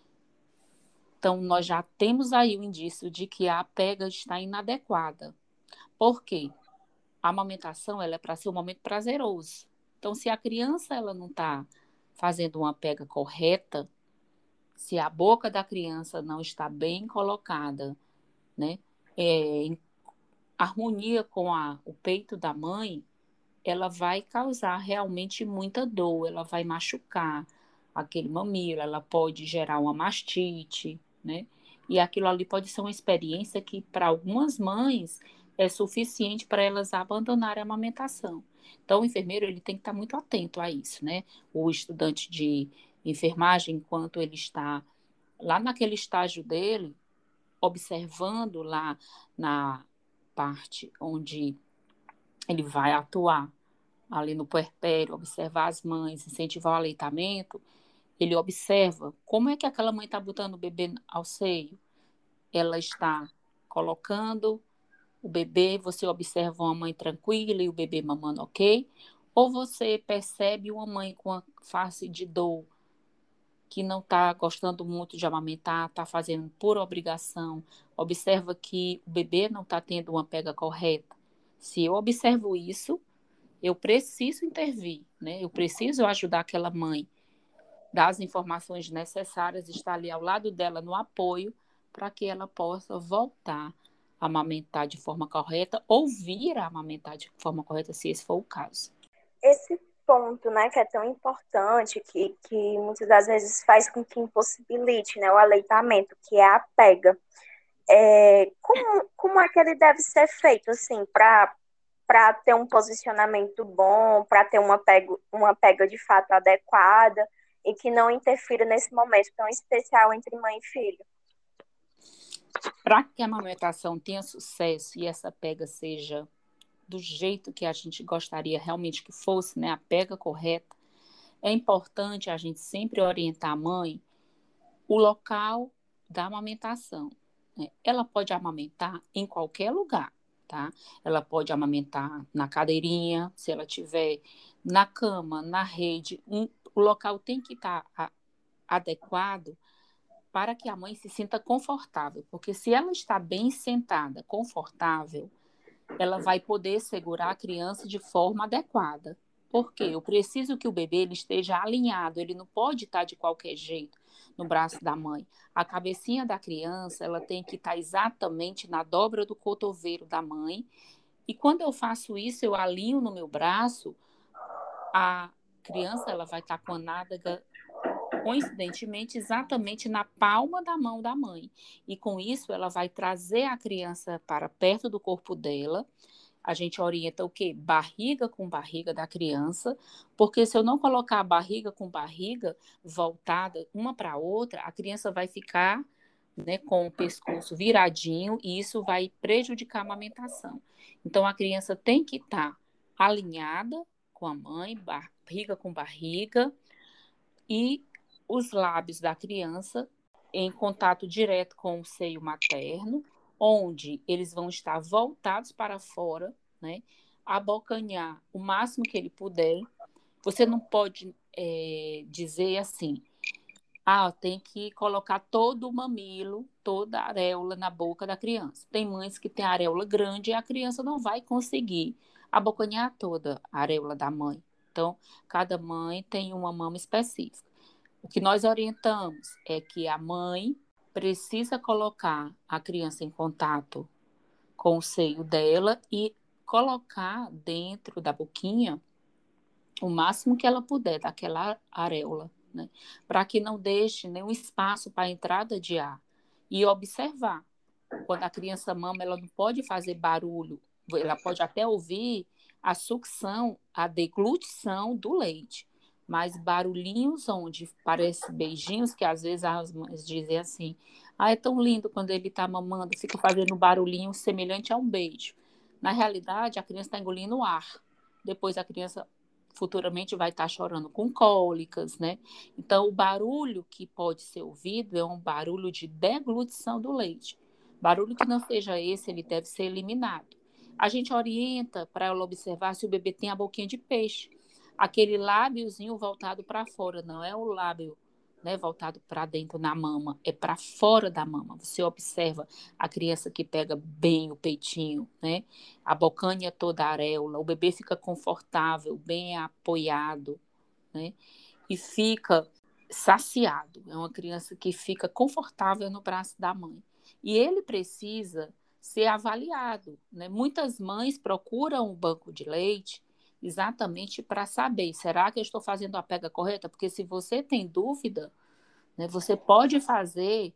[SPEAKER 3] Então, nós já temos aí o indício de que a pega está inadequada. Por quê? A amamentação ela é para ser um momento prazeroso. Então, se a criança ela não está fazendo uma pega correta, se a boca da criança não está bem colocada, né, em harmonia com o peito da mãe, ela vai causar realmente muita dor, ela vai machucar aquele mamilo, ela pode gerar uma mastite, né? E aquilo ali pode ser uma experiência que, para algumas mães, é suficiente para elas abandonarem a amamentação. Então, o enfermeiro ele tem que estar muito atento a isso, né? O estudante de enfermagem, enquanto ele está lá naquele estágio dele, observando lá na parte onde ele vai atuar, ali no puerpério, observar as mães, incentivar o aleitamento, ele observa como é que aquela mãe está botando o bebê ao seio. Ela está colocando o bebê, você observa uma mãe tranquila e o bebê mamando ok? Ou você percebe uma mãe com a face de dor, que não está gostando muito de amamentar, está fazendo por obrigação, observa que o bebê não está tendo uma pega correta. Se eu observo isso, eu preciso intervir, né? Eu preciso ajudar aquela mãe, dar as informações necessárias, estar ali ao lado dela no apoio, para que ela possa voltar a amamentar de forma correta ou vir a amamentar de forma correta, se esse for o caso.
[SPEAKER 2] Esse ponto, né, que é tão importante, que muitas das vezes faz com que impossibilite, né, o aleitamento, que é a pega. Como é que ele deve ser feito, assim, para ter um posicionamento bom, para ter uma pega de fato adequada e que não interfira nesse momento tão especial entre mãe e filho?
[SPEAKER 3] Para que a amamentação tenha sucesso e essa pega seja do jeito que a gente gostaria realmente que fosse, né, a pega correta, é importante a gente sempre orientar a mãe o local da amamentação, né? Ela pode amamentar em qualquer lugar, tá? Ela pode amamentar na cadeirinha, se ela tiver na cama, na rede, o local tem que estar adequado para que a mãe se sinta confortável, porque se ela está bem sentada, confortável, ela vai poder segurar a criança de forma adequada. Porque eu preciso que o bebê ele esteja alinhado, ele não pode estar de qualquer jeito no braço da mãe. A cabecinha da criança, ela tem que estar exatamente na dobra do cotovelo da mãe. E quando eu faço isso, eu alinho no meu braço, a criança ela vai estar com a nádega coincidentemente, exatamente na palma da mão da mãe. E com isso, ela vai trazer a criança para perto do corpo dela. A gente orienta o quê? Barriga com barriga da criança, porque se eu não colocar a barriga com barriga voltada uma para a outra, a criança vai ficar, né, com o pescoço viradinho e isso vai prejudicar a amamentação. Então, a criança tem que estar alinhada com a mãe, barriga com barriga, e os lábios da criança em contato direto com o seio materno, onde eles vão estar voltados para fora, né? Abocanhar o máximo que ele puder. Você não pode dizer assim, tem que colocar todo o mamilo, toda a areola na boca da criança. Tem mães que têm a areola grande e a criança não vai conseguir abocanhar toda a areola da mãe. Então, cada mãe tem uma mama específica. O que nós orientamos é que a mãe precisa colocar a criança em contato com o seio dela e colocar dentro da boquinha o máximo que ela puder daquela areola, né? Para que não deixe nenhum espaço para a entrada de ar. E observar. Quando a criança mama, ela não pode fazer barulho. Ela pode até ouvir a sucção, a deglutição do leite. Mas barulhinhos onde parece beijinhos, que às vezes as mães dizem assim, é tão lindo quando ele está mamando, fica fazendo barulhinho semelhante a um beijo. Na realidade, a criança está engolindo ar. Depois a criança futuramente vai estar chorando com cólicas, né? Então, o barulho que pode ser ouvido é um barulho de deglutição do leite. Barulho que não seja esse, ele deve ser eliminado. A gente orienta para ela observar se o bebê tem a boquinha de peixe. Aquele lábiozinho voltado para fora, não é o lábio, né, voltado para dentro na mama, é para fora da mama. Você observa a criança que pega bem o peitinho, né? A bocanha toda areola, o bebê fica confortável, bem apoiado, né? E fica saciado. É uma criança que fica confortável no braço da mãe. E ele precisa ser avaliado, né? Muitas mães procuram o banco de leite exatamente para saber, será que eu estou fazendo a pega correta? Porque se você tem dúvida, né, você pode fazer,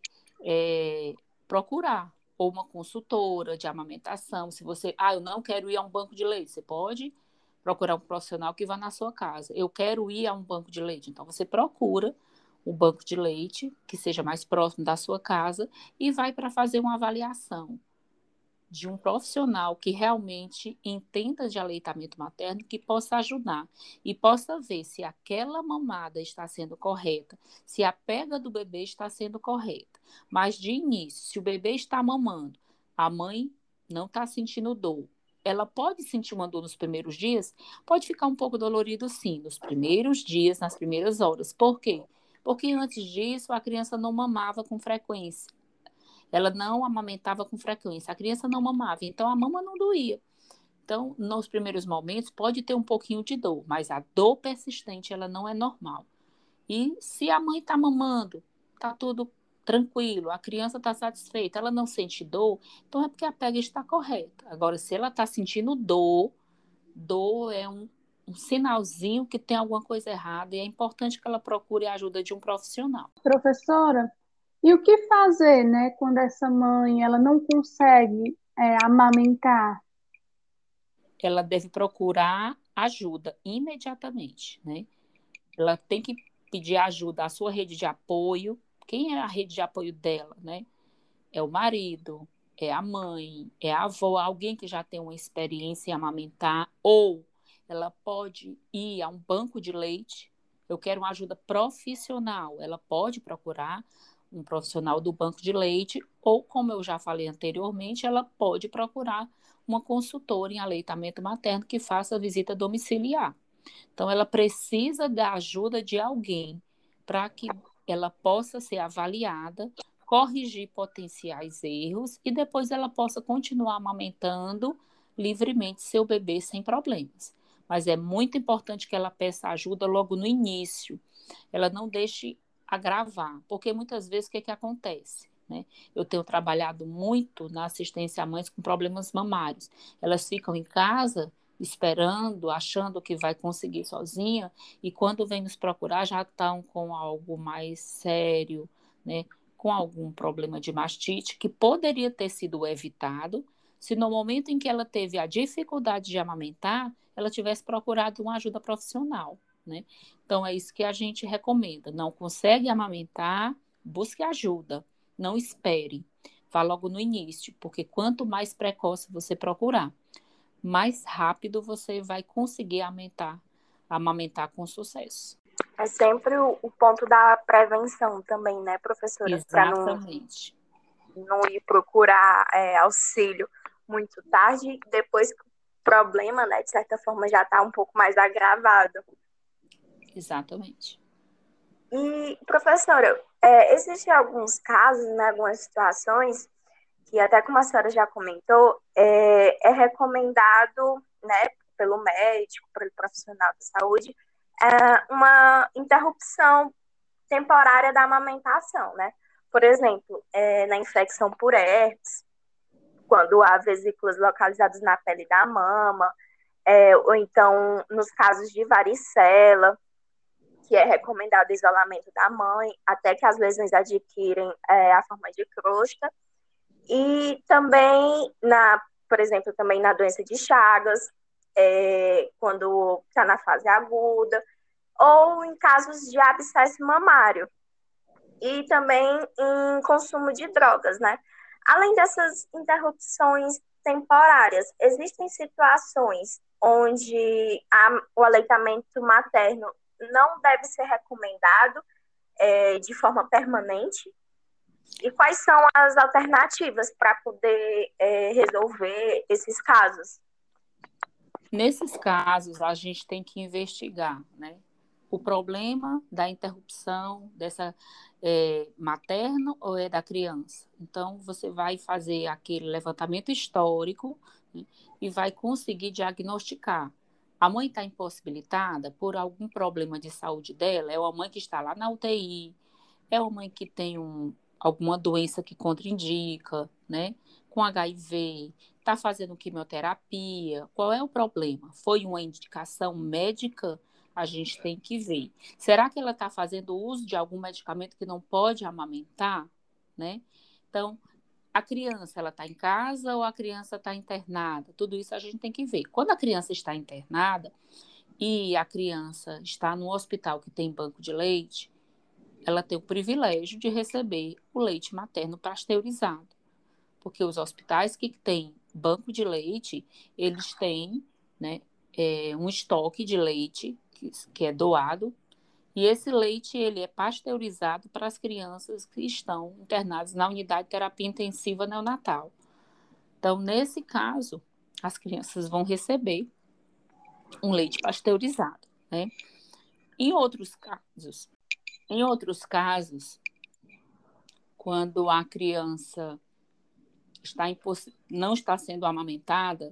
[SPEAKER 3] procurar ou uma consultora de amamentação. Se você, eu não quero ir a um banco de leite, você pode procurar um profissional que vá na sua casa. Eu quero ir a um banco de leite, então você procura um banco de leite que seja mais próximo da sua casa e vai para fazer uma avaliação de um profissional que realmente entenda de aleitamento materno, que possa ajudar e possa ver se aquela mamada está sendo correta, se a pega do bebê está sendo correta. Mas de início, se o bebê está mamando, a mãe não está sentindo dor. Ela pode sentir uma dor nos primeiros dias? Pode ficar um pouco dolorido, sim, nos primeiros dias, nas primeiras horas. Por quê? Porque antes disso, a criança não mamava com frequência. Ela não amamentava com frequência, a criança não mamava, então a mama não doía. Então, nos primeiros momentos, pode ter um pouquinho de dor, mas a dor persistente, ela não é normal. E se a mãe está mamando, está tudo tranquilo, a criança está satisfeita, ela não sente dor, então é porque a pega está correta. Agora, se ela está sentindo dor, dor é um sinalzinho que tem alguma coisa errada e é importante que ela procure a ajuda de um profissional.
[SPEAKER 1] Professora, e o que fazer, né, quando essa mãe ela não consegue amamentar?
[SPEAKER 3] Ela deve procurar ajuda imediatamente, né? Ela tem que pedir ajuda à sua rede de apoio. Quem é a rede de apoio dela, né? É o marido, é a mãe, é a avó, alguém que já tem uma experiência em amamentar, ou ela pode ir a um banco de leite. Eu quero uma ajuda profissional. Ela pode procurar um profissional do banco de leite, ou, como eu já falei anteriormente, ela pode procurar uma consultora em aleitamento materno que faça a visita domiciliar. Então, ela precisa da ajuda de alguém para que ela possa ser avaliada, corrigir potenciais erros e depois ela possa continuar amamentando livremente seu bebê sem problemas. Mas é muito importante que ela peça ajuda logo no início. Ela não deixe agravar, porque muitas vezes o que acontece? Né? Eu tenho trabalhado muito na assistência a mães com problemas mamários. Elas ficam em casa esperando, achando que vai conseguir sozinha, e quando vem nos procurar já estão com algo mais sério, né? Com algum problema de mastite que poderia ter sido evitado se no momento em que ela teve a dificuldade de amamentar, ela tivesse procurado uma ajuda profissional, né? Então é isso que a gente recomenda. Não consegue amamentar, busque ajuda, não espere. Vá logo no início, porque quanto mais precoce você procurar, mais rápido você vai conseguir amamentar com sucesso.
[SPEAKER 2] É sempre o ponto da prevenção também, né, professora? Para
[SPEAKER 3] Exatamente.
[SPEAKER 2] não ir procurar auxílio muito tarde, depois que o problema, né, de certa forma, já está um pouco mais agravado.
[SPEAKER 3] Exatamente.
[SPEAKER 2] E, professora, existem alguns casos, né, algumas situações que até como a senhora já comentou, é recomendado, né, pelo médico, pelo profissional de saúde, uma interrupção temporária da amamentação, né? Por exemplo, na infecção por herpes, quando há vesículas localizadas na pele da mama, ou então nos casos de varicela, que é recomendado isolamento da mãe, até que as lesões adquirem a forma de crosta. E também, por exemplo, também na doença de Chagas, quando está na fase aguda, ou em casos de abscesso mamário. E também em consumo de drogas, né? Além dessas interrupções temporárias, existem situações onde o aleitamento materno não deve ser recomendado de forma permanente? E quais são as alternativas para poder resolver esses casos?
[SPEAKER 3] Nesses casos, a gente tem que investigar, né? O problema da interrupção dessa materno ou é da criança. Então, você vai fazer aquele levantamento histórico, né, e vai conseguir diagnosticar. A mãe está impossibilitada por algum problema de saúde dela? É uma mãe que está lá na UTI? É uma mãe que tem alguma doença que contraindica, né? Com HIV, está fazendo quimioterapia? Qual é o problema? Foi uma indicação médica? A gente tem que ver. Será que ela está fazendo uso de algum medicamento que não pode amamentar, né? Então, a criança, ela está em casa ou a criança está internada? Tudo isso a gente tem que ver. Quando a criança está internada e a criança está no hospital que tem banco de leite, ela tem o privilégio de receber o leite materno pasteurizado. Porque os hospitais que têm banco de leite, eles têm, né, um estoque de leite que é doado, e esse leite ele é pasteurizado para as crianças que estão internadas na unidade de terapia intensiva neonatal. Então, nesse caso, as crianças vão receber um leite pasteurizado, né? Em outros casos, quando a criança não está sendo amamentada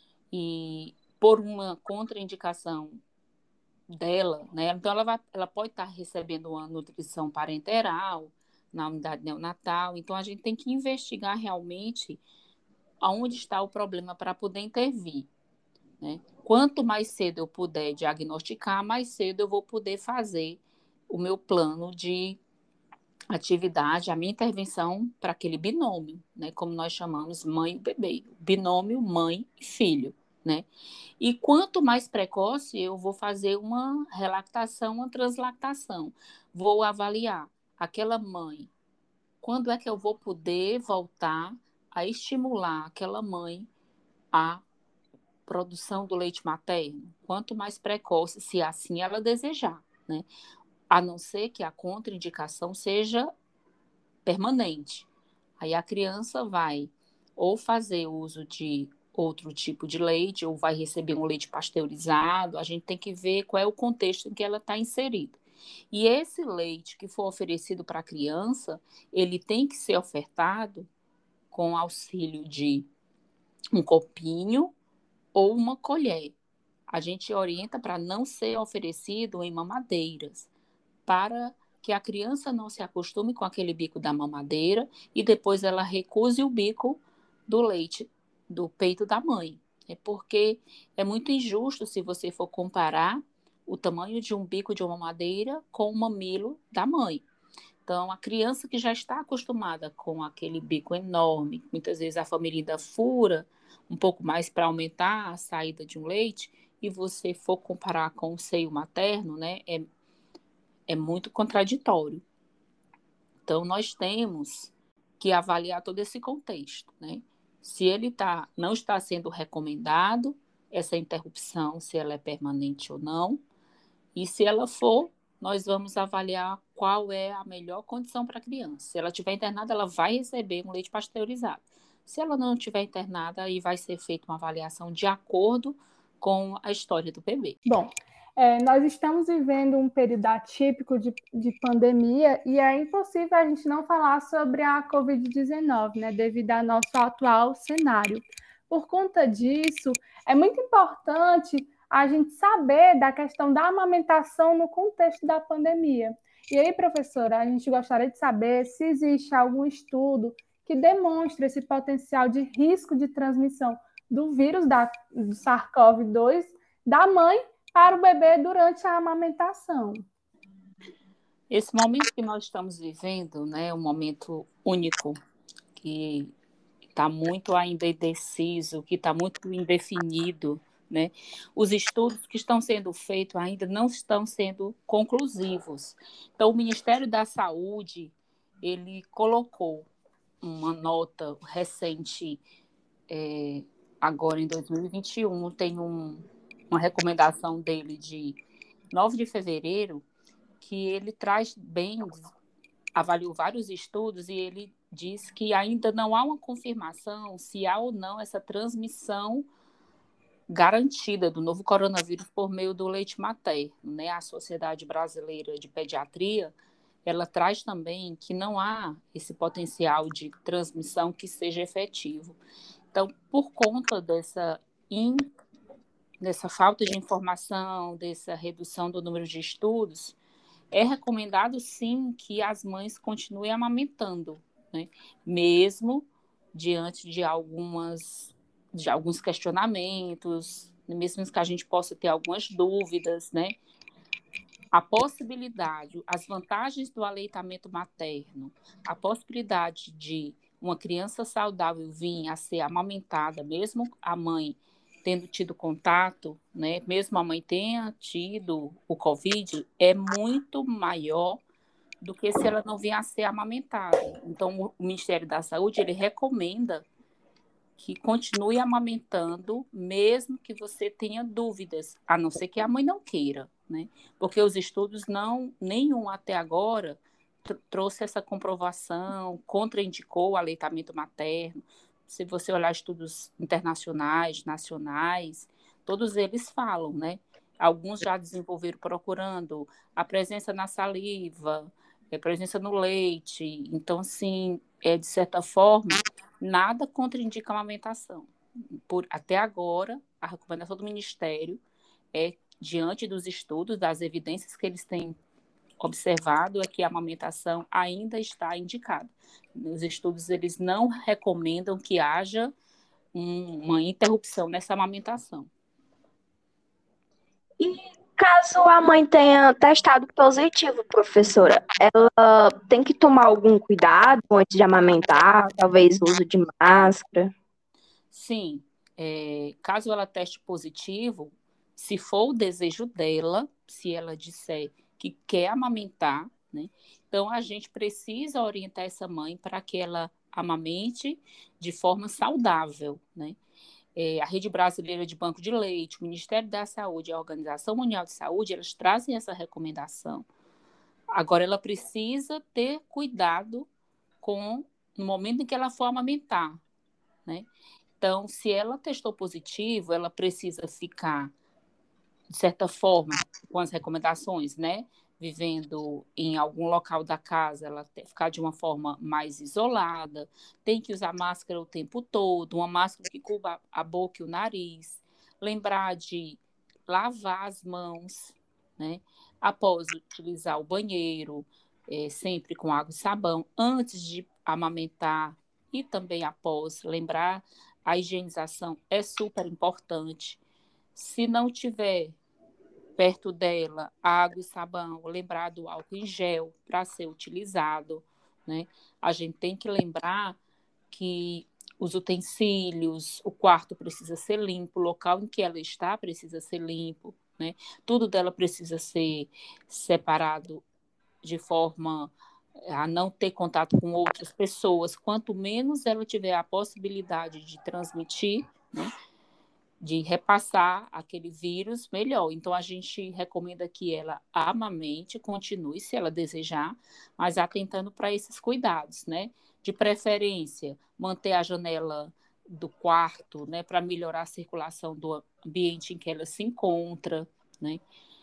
[SPEAKER 3] e por uma contraindicação dela, né? Então ela pode estar recebendo uma nutrição parenteral na unidade neonatal. Então a gente tem que investigar realmente aonde está o problema para poder intervir, né? Quanto mais cedo eu puder diagnosticar, mais cedo eu vou poder fazer o meu plano de atividade, a minha intervenção para aquele binômio, né, como nós chamamos mãe e bebê, binômio mãe e filho, né? E quanto mais precoce, eu vou fazer uma relactação, uma translactação. Vou avaliar aquela mãe, quando é que eu vou poder voltar a estimular aquela mãe a produção do leite materno? Quanto mais precoce, se assim ela desejar, né? A não ser que a contraindicação seja permanente. Aí a criança vai ou fazer uso de outro tipo de leite, ou vai receber um leite pasteurizado. A gente tem que ver qual é o contexto em que ela está inserida. E esse leite que for oferecido para a criança, ele tem que ser ofertado com auxílio de um copinho ou uma colher. A gente orienta para não ser oferecido em mamadeiras, para que a criança não se acostume com aquele bico da mamadeira e depois ela recuse o bico do leite do peito da mãe. É porque é muito injusto se você for comparar o tamanho de um bico de uma mamadeira com o mamilo da mãe. Então, a criança que já está acostumada com aquele bico enorme, muitas vezes a família ainda fura um pouco mais para aumentar a saída de um leite, e você for comparar com o seio materno, né, é muito contraditório. Então, nós temos que avaliar todo esse contexto, né? Se ele não está sendo recomendado, essa interrupção, se ela é permanente ou não, e se ela for, nós vamos avaliar qual é a melhor condição para a criança. Se ela estiver internada, ela vai receber um leite pasteurizado. Se ela não estiver internada, aí vai ser feita uma avaliação de acordo com a história do bebê.
[SPEAKER 1] Bom, nós estamos vivendo um período atípico de pandemia e é impossível a gente não falar sobre a Covid-19, né, devido ao nosso atual cenário. Por conta disso, é muito importante a gente saber da questão da amamentação no contexto da pandemia. E aí, professora, a gente gostaria de saber se existe algum estudo que demonstre esse potencial de risco de transmissão do vírus do SARS-CoV-2 da mãe para o bebê durante a amamentação.
[SPEAKER 3] Esse momento que nós estamos vivendo, né, é um momento único, que está muito ainda indeciso, que está muito indefinido, né? Os estudos que estão sendo feitos ainda não estão sendo conclusivos. Então, o Ministério da Saúde, ele colocou uma nota recente agora em 2021, tem uma recomendação dele de 9 de fevereiro, que ele traz bem, avaliou vários estudos e ele diz que ainda não há uma confirmação se há ou não essa transmissão garantida do novo coronavírus por meio do leite materno, né? A Sociedade Brasileira de Pediatria, ela traz também que não há esse potencial de transmissão que seja efetivo. Então, por conta dessa falta de informação, dessa redução do número de estudos, é recomendado, sim, que as mães continuem amamentando, né? Mesmo diante de alguns questionamentos, mesmo que a gente possa ter algumas dúvidas, né? A possibilidade, as vantagens do aleitamento materno, a possibilidade de uma criança saudável vir a ser amamentada, mesmo a mãe tendo tido contato, né, mesmo a mãe tenha tido o Covid, é muito maior do que se ela não vier a ser amamentada. Então, o Ministério da Saúde, ele recomenda que continue amamentando, mesmo que você tenha dúvidas, a não ser que a mãe não queira, né? Porque os estudos nenhum até agora trouxe essa comprovação, contraindicou o aleitamento materno. Se você olhar estudos internacionais, nacionais, todos eles falam, né? Alguns já desenvolveram procurando a presença na saliva, a presença no leite. Então, assim, de certa forma, nada contraindica a amamentação. Até agora, a recomendação do Ministério é, diante dos estudos, das evidências que eles têm observado, é que a amamentação ainda está indicada. Os estudos, eles não recomendam que haja uma interrupção nessa amamentação.
[SPEAKER 2] E caso a mãe tenha testado positivo, professora, ela tem que tomar algum cuidado antes de amamentar, talvez uso de máscara?
[SPEAKER 3] Sim, caso ela teste positivo, se for o desejo dela, se ela disser que quer amamentar, né? Então a gente precisa orientar essa mãe para que ela amamente de forma saudável, né? A Rede Brasileira de Banco de Leite, o Ministério da Saúde, a Organização Mundial de Saúde, elas trazem essa recomendação. Agora, ela precisa ter cuidado no momento em que ela for amamentar, né? Então, se ela testou positivo, ela precisa ficar, de certa forma, com as recomendações, né? Vivendo em algum local da casa, ela ficar de uma forma mais isolada, tem que usar máscara o tempo todo, uma máscara que cubra a boca e o nariz, lembrar de lavar as mãos, né? Após utilizar o banheiro, sempre com água e sabão, antes de amamentar e também após, lembrar a higienização é super importante. Se não tiver perto dela água e sabão, lembrar do álcool em gel para ser utilizado, né? A gente tem que lembrar que os utensílios, o quarto precisa ser limpo, o local em que ela está precisa ser limpo, né? Tudo dela precisa ser separado de forma a não ter contato com outras pessoas. Quanto menos ela tiver a possibilidade de transmitir, né, de repassar aquele vírus, melhor. Então, a gente recomenda que ela amamente, continue, se ela desejar, mas atentando para esses cuidados, né? De preferência, manter a janela do quarto, né, para melhorar a circulação do ambiente em que ela se encontra, né?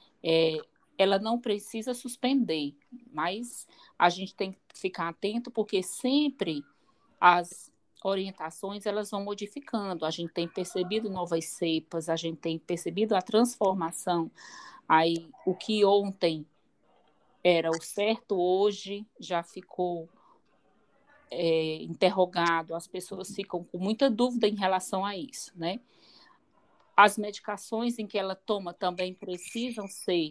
[SPEAKER 3] Ela não precisa suspender, mas a gente tem que ficar atento, porque sempre as orientações elas vão modificando. A gente tem percebido novas cepas, a gente tem percebido a transformação. Aí, o que ontem era o certo, hoje já ficou interrogado, as pessoas ficam com muita dúvida em relação a isso, né? As medicações em que ela toma também precisam ser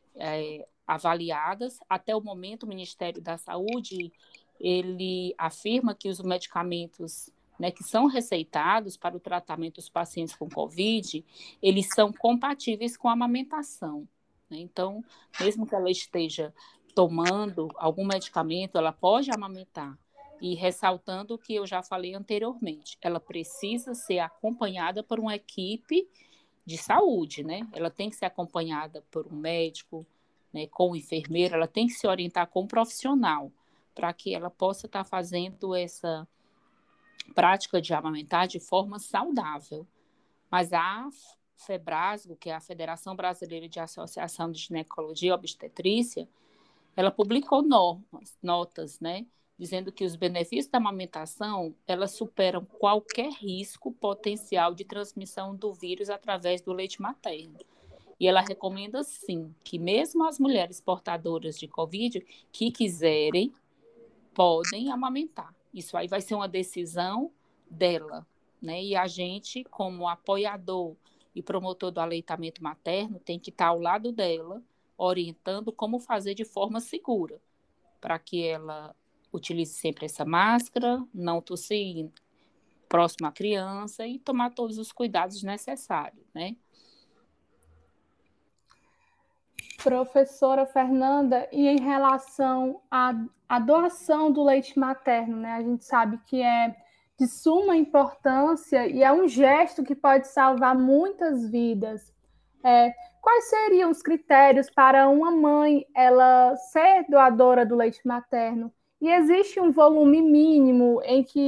[SPEAKER 3] avaliadas. Até o momento, o Ministério da Saúde, ele afirma que os medicamentos, né, que são receitados para o tratamento dos pacientes com Covid, eles são compatíveis com a amamentação, né? Então, mesmo que ela esteja tomando algum medicamento, ela pode amamentar. E ressaltando o que eu já falei anteriormente, ela precisa ser acompanhada por uma equipe de saúde, né? Ela tem que ser acompanhada por um médico, né, com um enfermeiro, ela tem que se orientar com um profissional para que ela possa estar fazendo essa prática de amamentar de forma saudável. Mas a FEBRASGO, que é a Federação Brasileira de Associação de Ginecologia e Obstetrícia, ela publicou notas, né, dizendo que os benefícios da amamentação, elas superam qualquer risco potencial de transmissão do vírus através do leite materno. E ela recomenda, sim, que mesmo as mulheres portadoras de Covid que quiserem, podem amamentar. Isso aí vai ser uma decisão dela, né? E a gente, como apoiador e promotor do aleitamento materno, tem que estar ao lado dela, orientando como fazer de forma segura, para que ela utilize sempre essa máscara, não tossir próximo à criança e tomar todos os cuidados necessários, né?
[SPEAKER 1] Professora Fernanda, e em relação à doação do leite materno, né? A gente sabe que é de suma importância e é um gesto que pode salvar muitas vidas. Quais seriam os critérios para uma mãe ela ser doadora do leite materno? E existe um volume mínimo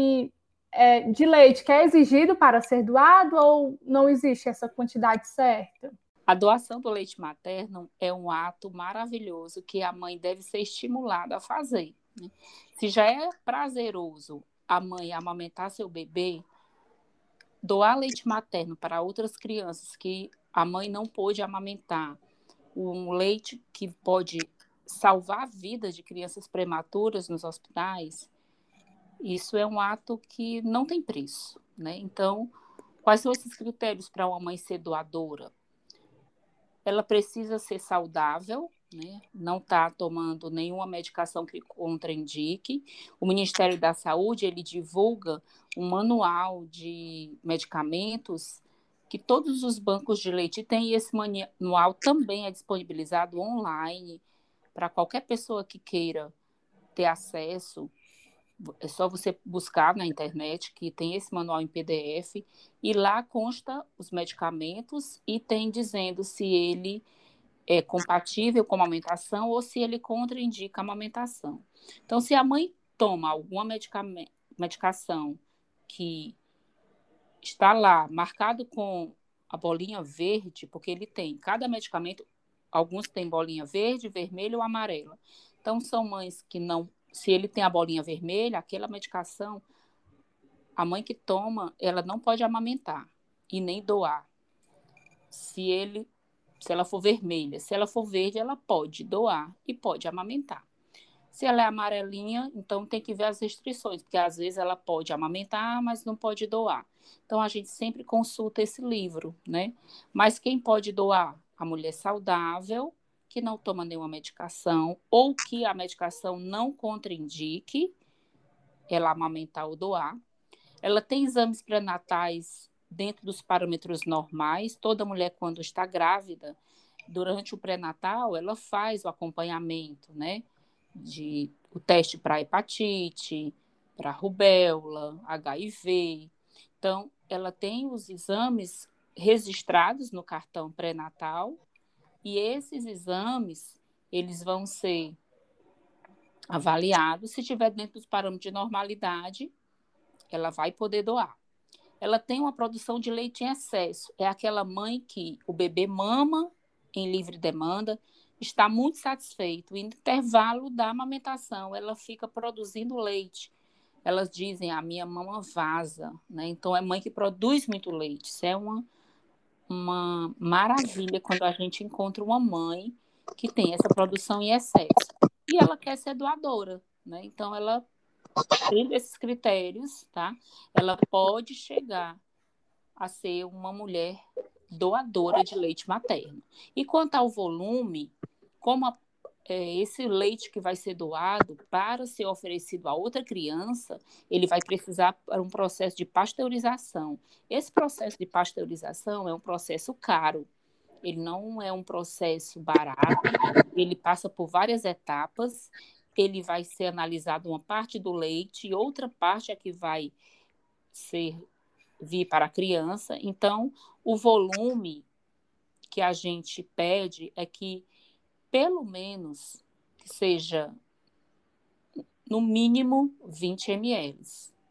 [SPEAKER 1] de leite que é exigido para ser doado ou não existe essa quantidade certa?
[SPEAKER 3] A doação do leite materno é um ato maravilhoso que a mãe deve ser estimulada a fazer, né? Se já é prazeroso a mãe amamentar seu bebê, doar leite materno para outras crianças que a mãe não pôde amamentar, um leite que pode salvar a vida de crianças prematuras nos hospitais, isso é um ato que não tem preço, né? Então, quais são esses critérios para uma mãe ser doadora? Ela precisa ser saudável, né? Não está tomando nenhuma medicação que contraindique. O Ministério da Saúde, ele divulga um manual de medicamentos que todos os bancos de leite têm, e esse manual também é disponibilizado online para qualquer pessoa que queira ter acesso. É só você buscar na internet que tem esse manual em PDF e lá consta os medicamentos e tem dizendo se ele é compatível com a amamentação ou se ele contraindica a amamentação. Então, se a mãe toma alguma medicação que está lá marcado com a bolinha verde, porque ele tem, cada medicamento, alguns têm bolinha verde, vermelha ou amarela. Então, são mães que não, se ele tem a bolinha vermelha, aquela medicação, a mãe que toma, ela não pode amamentar e nem doar. Se ela for vermelha, se ela for verde, ela pode doar e pode amamentar. Se ela é amarelinha, então tem que ver as restrições, porque às vezes ela pode amamentar, mas não pode doar. Então a gente sempre consulta esse livro, né? Mas quem pode doar? A mulher saudável, que não toma nenhuma medicação, ou que a medicação não contraindique ela amamentar ou doar. Ela tem exames pré-natais dentro dos parâmetros normais. Toda mulher, quando está grávida, durante o pré-natal, ela faz o acompanhamento, né? O teste para hepatite, para rubéola, HIV. Então, ela tem os exames registrados no cartão pré-natal e esses exames, eles vão ser avaliados. Se estiver dentro dos parâmetros de normalidade, ela vai poder doar. Ela tem uma produção de leite em excesso. É aquela mãe que o bebê mama em livre demanda, está muito satisfeito. E no intervalo da amamentação, ela fica produzindo leite. Elas dizem, a minha mama vaza, né? Então, é mãe que produz muito leite. Isso é uma maravilha quando a gente encontra uma mãe que tem essa produção em excesso. E ela quer ser doadora, né? Então, ela tendo esses critérios, tá? Ela pode chegar a ser uma mulher doadora de leite materno. E quanto ao volume, como esse leite que vai ser doado para ser oferecido a outra criança, ele vai precisar para um processo de pasteurização. Esse processo de pasteurização é um processo caro. Ele não é um processo barato, ele passa por várias etapas ele vai ser analisado uma parte do leite e outra parte é que vai vir para a criança. Então, o volume que a gente pede é que, pelo menos, que seja no mínimo 20 ml.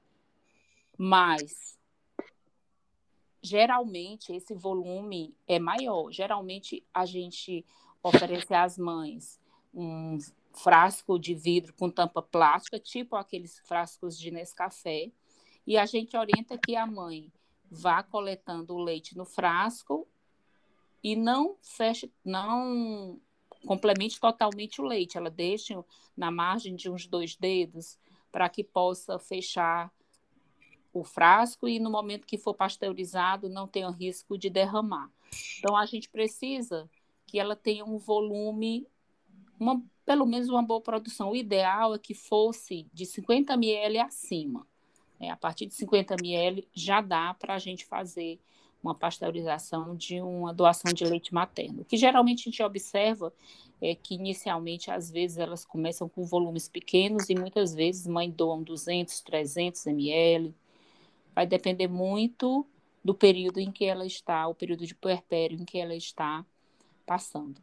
[SPEAKER 3] Mas, geralmente, esse volume é maior. Geralmente, a gente oferece às mães um frasco de vidro com tampa plástica, tipo aqueles frascos de Nescafé, e a gente orienta que a mãe vá coletando o leite no frasco e não complemente totalmente o leite. Ela deixa na margem de uns 2 dedos para que possa fechar o frasco e no momento que for pasteurizado não tenha risco de derramar. Então, a gente precisa que ela tenha um volume, pelo menos uma boa produção. O ideal é que fosse de 50 ml acima. A partir de 50 ml já dá para a gente fazer uma pasteurização de uma doação de leite materno. O que geralmente a gente observa é que, inicialmente, às vezes, elas começam com volumes pequenos e muitas vezes mãe doam 200, 300 ml. Vai depender muito do período em que ela está, o período de puerpério em que ela está passando.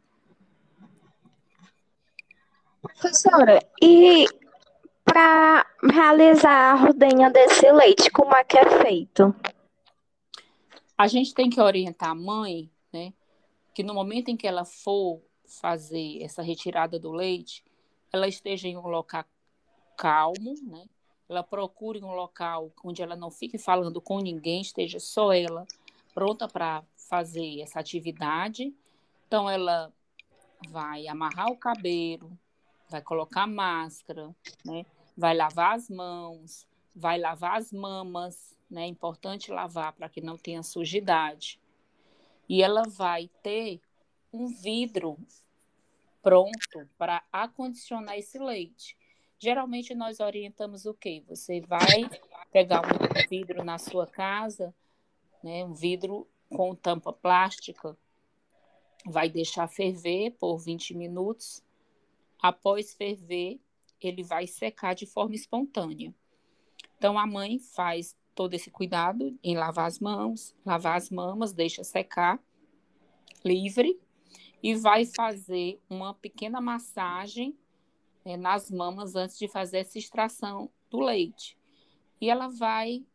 [SPEAKER 2] Professora, e para realizar a ordenha desse leite, como é que é feito?
[SPEAKER 3] A gente tem que orientar a mãe, né, que no momento em que ela for fazer essa retirada do leite, ela esteja em um local calmo, né? Ela procure um local onde ela não fique falando com ninguém, esteja só ela pronta para fazer essa atividade. Então, ela vai amarrar o cabelo, vai colocar máscara, né? Vai lavar as mãos, vai lavar as mamas, né? É importante lavar para que não tenha sujidade. E ela vai ter um vidro pronto para acondicionar esse leite. Geralmente nós orientamos o quê? Você vai pegar um vidro na sua casa, né? Um vidro com tampa plástica, vai deixar ferver por 20 minutos. Após ferver, ele vai secar de forma espontânea. Então, a mãe faz todo esse cuidado em lavar as mãos, lavar as mamas, deixa secar livre e vai fazer uma pequena massagem nas mamas antes de fazer essa extração do leite. E ela vai,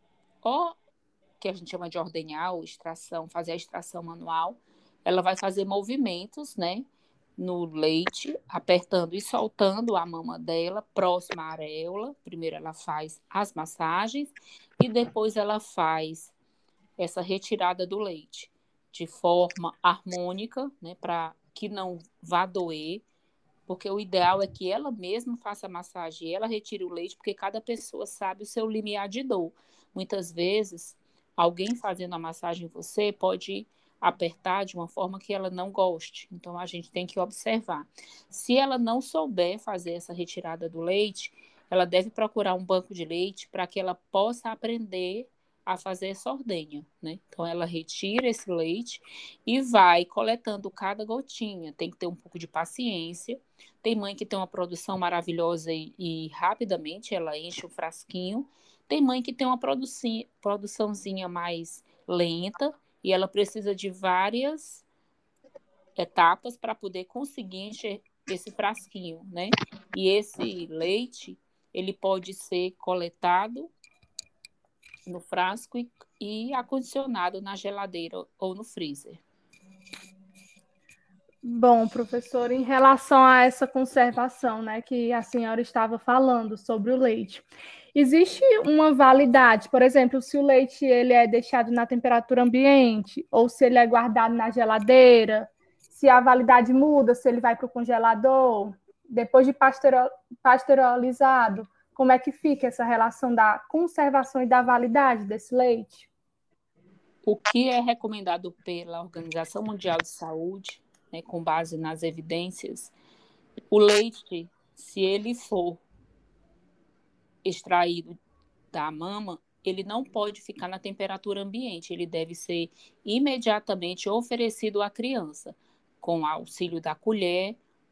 [SPEAKER 3] que a gente chama de ordenhar ou extração, fazer a extração manual, ela vai fazer movimentos, né, no leite, apertando e soltando a mama dela, próxima à areola. Primeiro ela faz as massagens e depois ela faz essa retirada do leite de forma harmônica, né, para que não vá doer, porque o ideal é que ela mesma faça a massagem e ela retire o leite, porque cada pessoa sabe o seu limiar de dor. Muitas vezes, alguém fazendo a massagem em você pode apertar de uma forma que ela não goste. Então, a gente tem que observar. Se ela não souber fazer essa retirada do leite, ela deve procurar um banco de leite para que ela possa aprender a fazer essa ordenha, né? Então, ela retira esse leite e vai coletando cada gotinha. Tem que ter um pouco de paciência. Tem mãe que tem uma produção maravilhosa e rapidamente ela enche o frasquinho. Tem mãe que tem uma produçãozinha mais lenta e ela precisa de várias etapas para poder conseguir encher esse frasquinho, né? E esse leite, ele pode ser coletado no frasco e acondicionado na geladeira ou no freezer.
[SPEAKER 1] Bom, professor, em relação a essa conservação, né, que a senhora estava falando sobre o leite, existe uma validade? Por exemplo, se o leite ele é deixado na temperatura ambiente ou se ele é guardado na geladeira, se a validade muda, se ele vai para o congelador, depois de pasteurizado, como é que fica essa relação da conservação e da validade desse leite?
[SPEAKER 3] O que é recomendado pela Organização Mundial de Saúde, né, com base nas evidências, o leite, se ele for extraído da mama, ele não pode ficar na temperatura ambiente, ele deve ser imediatamente oferecido à criança, com auxílio da colher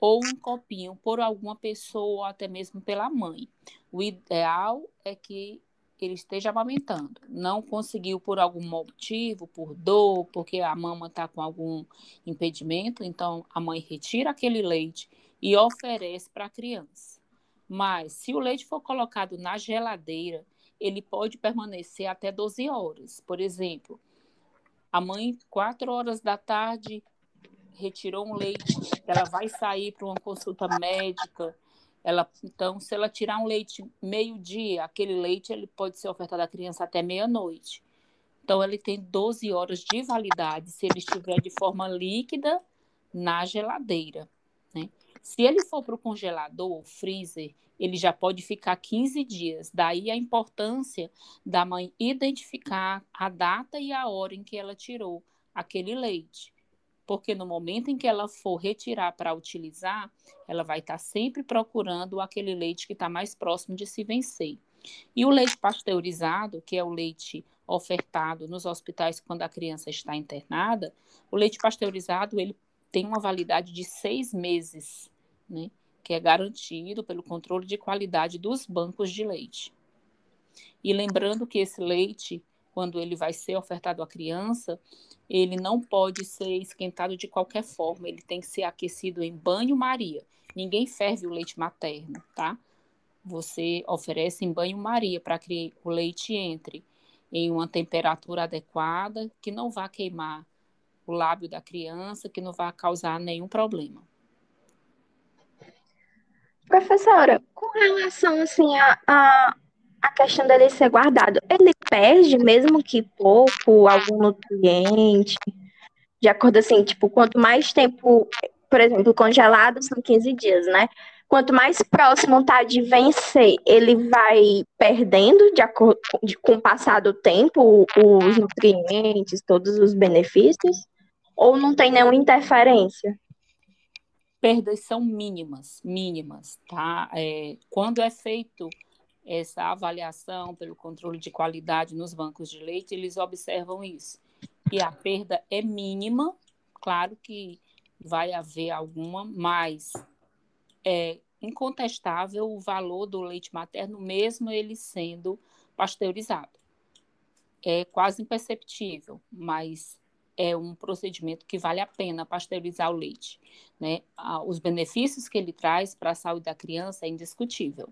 [SPEAKER 3] ou um copinho por alguma pessoa ou até mesmo pela mãe. O ideal é que ele esteja amamentando. Não conseguiu por algum motivo, por dor, porque a mama está com algum impedimento, então a mãe retira aquele leite e oferece para a criança. Mas se o leite for colocado na geladeira, ele pode permanecer até 12 horas. Por exemplo, a mãe, 4 horas da tarde, retirou um leite, ela vai sair para uma consulta médica. Então, se ela tirar um leite meio-dia, aquele leite ele pode ser ofertado à criança até meia-noite. Então, ele tem 12 horas de validade se ele estiver de forma líquida na geladeira, né? Se ele for para o congelador, freezer, ele já pode ficar 15 dias. Daí a importância da mãe identificar a data e a hora em que ela tirou aquele leite. Porque no momento em que ela for retirar para utilizar, ela vai estar sempre procurando aquele leite que está mais próximo de se vencer. E o leite pasteurizado, que é o leite ofertado nos hospitais quando a criança está internada, o leite pasteurizado ele tem uma validade de 6 meses, né, que é garantido pelo controle de qualidade dos bancos de leite. E lembrando que esse leite, quando ele vai ser ofertado à criança, ele não pode ser esquentado de qualquer forma, ele tem que ser aquecido em banho-maria. Ninguém ferve o leite materno, tá? Você oferece em banho-maria para que o leite entre em uma temperatura adequada, que não vá queimar o lábio da criança, que não vá causar nenhum problema.
[SPEAKER 2] Professora, com relação assim a questão dele ser guardado, ele perde mesmo que pouco algum nutriente? De acordo assim, tipo, quanto mais tempo, por exemplo, congelado são 15 dias, né? Quanto mais próximo tá de vencer, ele vai perdendo de acordo com o passar do tempo os nutrientes, todos os benefícios? Ou não tem nenhuma interferência?
[SPEAKER 3] Perdas são mínimas, tá? Quando é feito essa avaliação pelo controle de qualidade nos bancos de leite, eles observam isso. E a perda é mínima, claro que vai haver alguma, mas é incontestável o valor do leite materno, mesmo ele sendo pasteurizado. É quase imperceptível, mas é um procedimento que vale a pena pasteurizar o leite, né? Os benefícios que ele traz para a saúde da criança é indiscutível.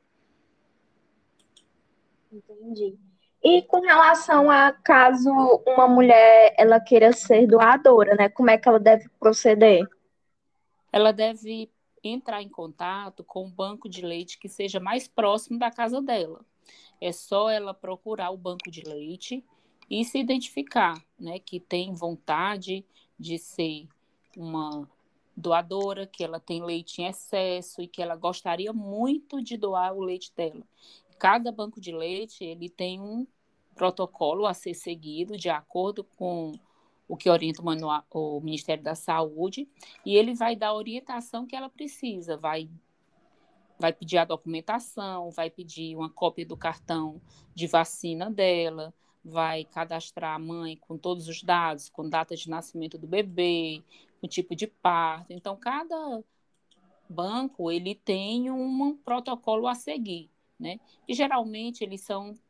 [SPEAKER 2] Entendi. E com relação a caso uma mulher ela queira ser doadora, né? Como é que ela deve proceder?
[SPEAKER 3] Ela deve entrar em contato com um banco de leite que seja mais próximo da casa dela. É só ela procurar o banco de leite e se identificar, né, que tem vontade de ser uma doadora, que ela tem leite em excesso e que ela gostaria muito de doar o leite dela. Cada banco de leite, ele tem um protocolo a ser seguido de acordo com o que orienta o Ministério da Saúde, e ele vai dar a orientação que ela precisa, vai pedir a documentação, vai pedir uma cópia do cartão de vacina dela, vai cadastrar a mãe com todos os dados, com data de nascimento do bebê, com tipo de parto. Então, cada banco ele tem um protocolo a seguir, né? E geralmente eles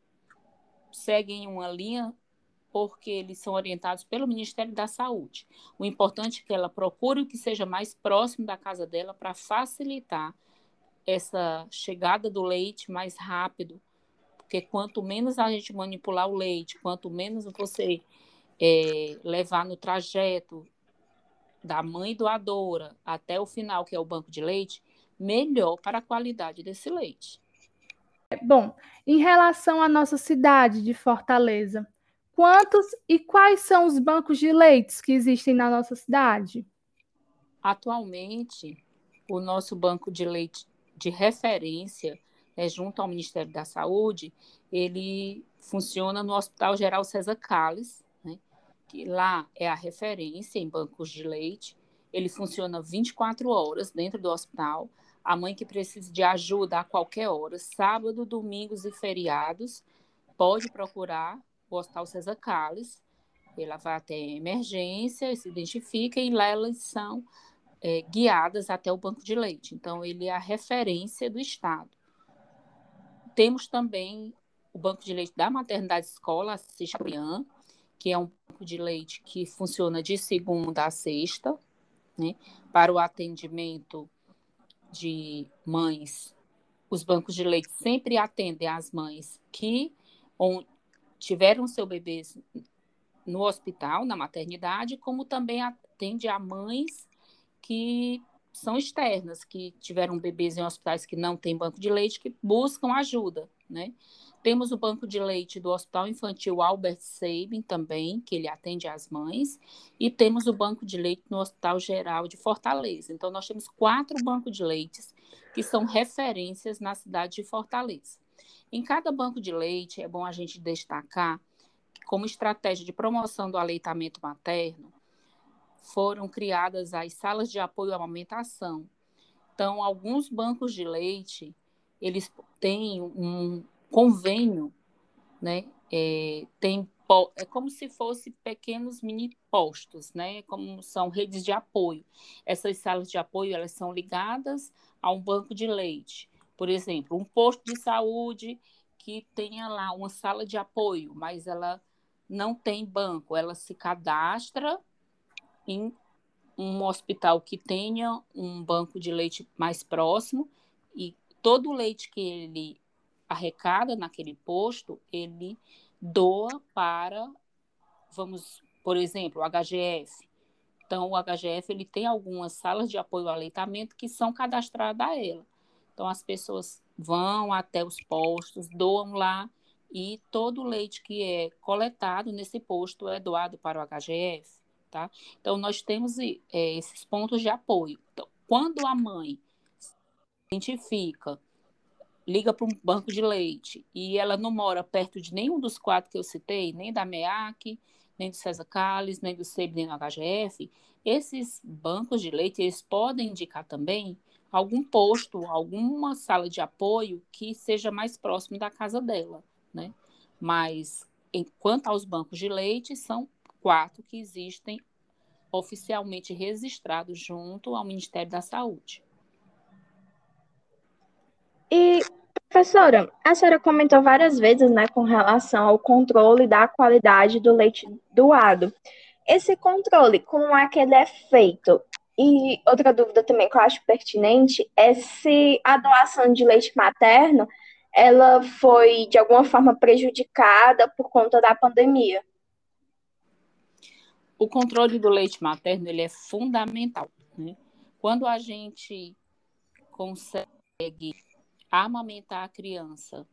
[SPEAKER 3] seguem uma linha porque eles são orientados pelo Ministério da Saúde. O importante é que ela procure o que seja mais próximo da casa dela para facilitar essa chegada do leite mais rápido, porque quanto menos a gente manipular o leite, quanto menos você levar no trajeto da mãe doadora até o final, que é o banco de leite, melhor para a qualidade desse leite.
[SPEAKER 1] Bom, em relação à nossa cidade de Fortaleza, quantos e quais são os bancos de leites que existem na nossa cidade?
[SPEAKER 3] Atualmente, o nosso banco de leite de referência, junto ao Ministério da Saúde, ele funciona no Hospital Geral César Calles, né, que lá é a referência em bancos de leite. Ele funciona 24 horas dentro do hospital. A mãe que precisa de ajuda a qualquer hora, sábado, domingos e feriados, pode procurar o Hospital César Calles. Ela vai até emergência, se identifica e lá elas são guiadas até o banco de leite. Então, ele é a referência do Estado. Temos também o banco de leite da maternidade escola, a Cichapiã, que é um banco de leite que funciona de segunda a sexta, né, para o atendimento de mães. Os bancos de leite sempre atendem as mães que tiveram seu bebê no hospital, na maternidade, como também atende a mães que são externas, que tiveram bebês em hospitais que não têm banco de leite, que buscam ajuda, né? Temos o banco de leite do Hospital Infantil Albert Sabin também, que ele atende as mães, e temos o banco de leite no Hospital Geral de Fortaleza. Então, nós temos 4 bancos de leites que são referências na cidade de Fortaleza. Em cada banco de leite, é bom a gente destacar que, como estratégia de promoção do aleitamento materno, foram criadas as salas de apoio à amamentação. Então, alguns bancos de leite, eles têm um convênio, né? É como se fossem pequenos mini postos, né? Como são redes de apoio. Essas salas de apoio, elas são ligadas a um banco de leite. Por exemplo, um posto de saúde que tenha lá uma sala de apoio, mas ela não tem banco, ela se cadastra em um hospital que tenha um banco de leite mais próximo e todo o leite que ele arrecada naquele posto, ele doa para, por exemplo, o HGF. Então, o HGF ele tem algumas salas de apoio ao aleitamento que são cadastradas a ela. Então, as pessoas vão até os postos, doam lá e todo o leite que é coletado nesse posto é doado para o HGF. Tá? Então, nós temos esses pontos de apoio. Então, quando a mãe se identifica, liga para um banco de leite e ela não mora perto de nenhum dos 4 que eu citei, nem da MEAC, nem do César Calles, nem do SEB, nem do HGF, esses bancos de leite, eles podem indicar também algum posto, alguma sala de apoio que seja mais próximo da casa dela, né? Mas, quanto aos bancos de leite, são 4 que existem oficialmente registrados junto ao Ministério da Saúde.
[SPEAKER 2] E, professora, a senhora comentou várias vezes, né, com relação ao controle da qualidade do leite doado. Esse controle, como é que ele é feito? E outra dúvida também que eu acho pertinente é se a doação de leite materno ela foi de alguma forma prejudicada por conta da pandemia.
[SPEAKER 3] O controle do leite materno ele é fundamental, né? Quando a gente consegue amamentar a criança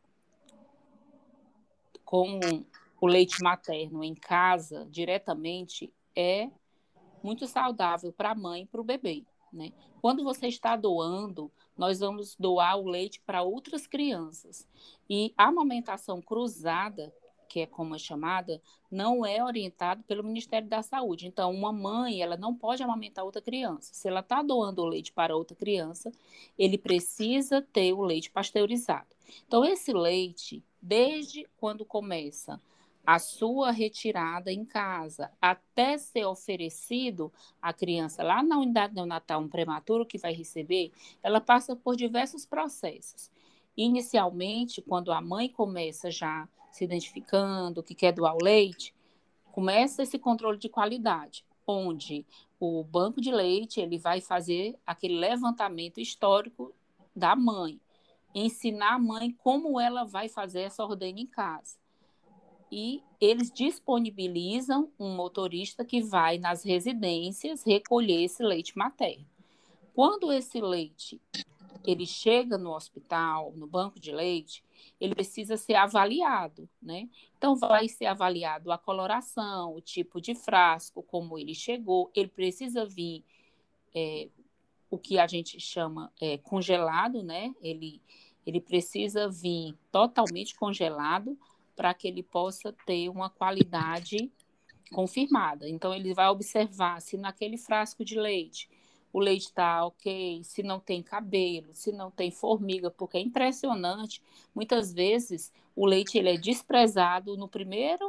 [SPEAKER 3] com o leite materno em casa, diretamente, é muito saudável para a mãe e para o bebê, né? Quando você está doando, nós vamos doar o leite para outras crianças. E a amamentação cruzada, que é como é chamada, não é orientado pelo Ministério da Saúde. Então, uma mãe, ela não pode amamentar outra criança. Se ela está doando o leite para outra criança, ele precisa ter o leite pasteurizado. Então, esse leite, desde quando começa a sua retirada em casa, até ser oferecido à criança lá na unidade neonatal, um prematuro que vai receber, ela passa por diversos processos. Inicialmente, quando a mãe começa já se identificando que quer doar o leite, começa esse controle de qualidade, onde o banco de leite ele vai fazer aquele levantamento histórico da mãe, ensinar a mãe como ela vai fazer essa ordenha em casa. E eles disponibilizam um motorista que vai nas residências recolher esse leite materno. Quando esse leite ele chega no hospital, no banco de leite, ele precisa ser avaliado, né? Então, vai ser avaliado a coloração, o tipo de frasco, como ele chegou, ele precisa vir o que a gente chama congelado, né? Ele precisa vir totalmente congelado para que ele possa ter uma qualidade confirmada. Então, ele vai observar se naquele frasco de leite o leite está ok, se não tem cabelo, se não tem formiga, porque é impressionante. Muitas vezes o leite ele é desprezado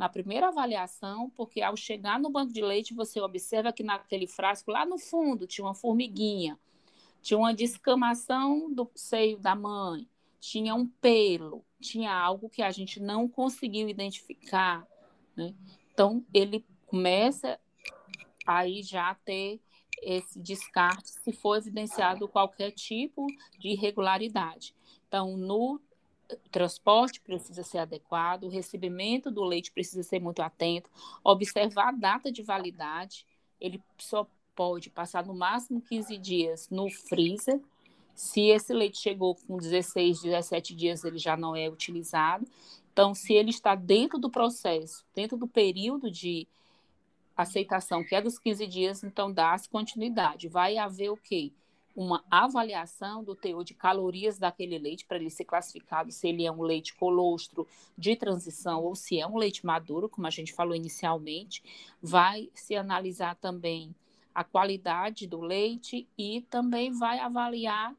[SPEAKER 3] na primeira avaliação, porque ao chegar no banco de leite, você observa que naquele frasco, lá no fundo, tinha uma formiguinha, tinha uma descamação do seio da mãe, tinha um pelo, tinha algo que a gente não conseguiu identificar, né? Então, ele começa aí já a ter esse descarte se for evidenciado qualquer tipo de irregularidade. Então, no transporte precisa ser adequado, o recebimento do leite precisa ser muito atento, observar a data de validade, ele só pode passar no máximo 15 dias no freezer. Se esse leite chegou com 16, 17 dias, ele já não é utilizado. Então, se ele está dentro do processo, dentro do período de aceitação, que é dos 15 dias, então dá-se continuidade. Vai haver o quê? Uma avaliação do teor de calorias daquele leite, para ele ser classificado se ele é um leite colostro de transição ou se é um leite maduro, como a gente falou inicialmente. Vai se analisar também a qualidade do leite e também vai avaliar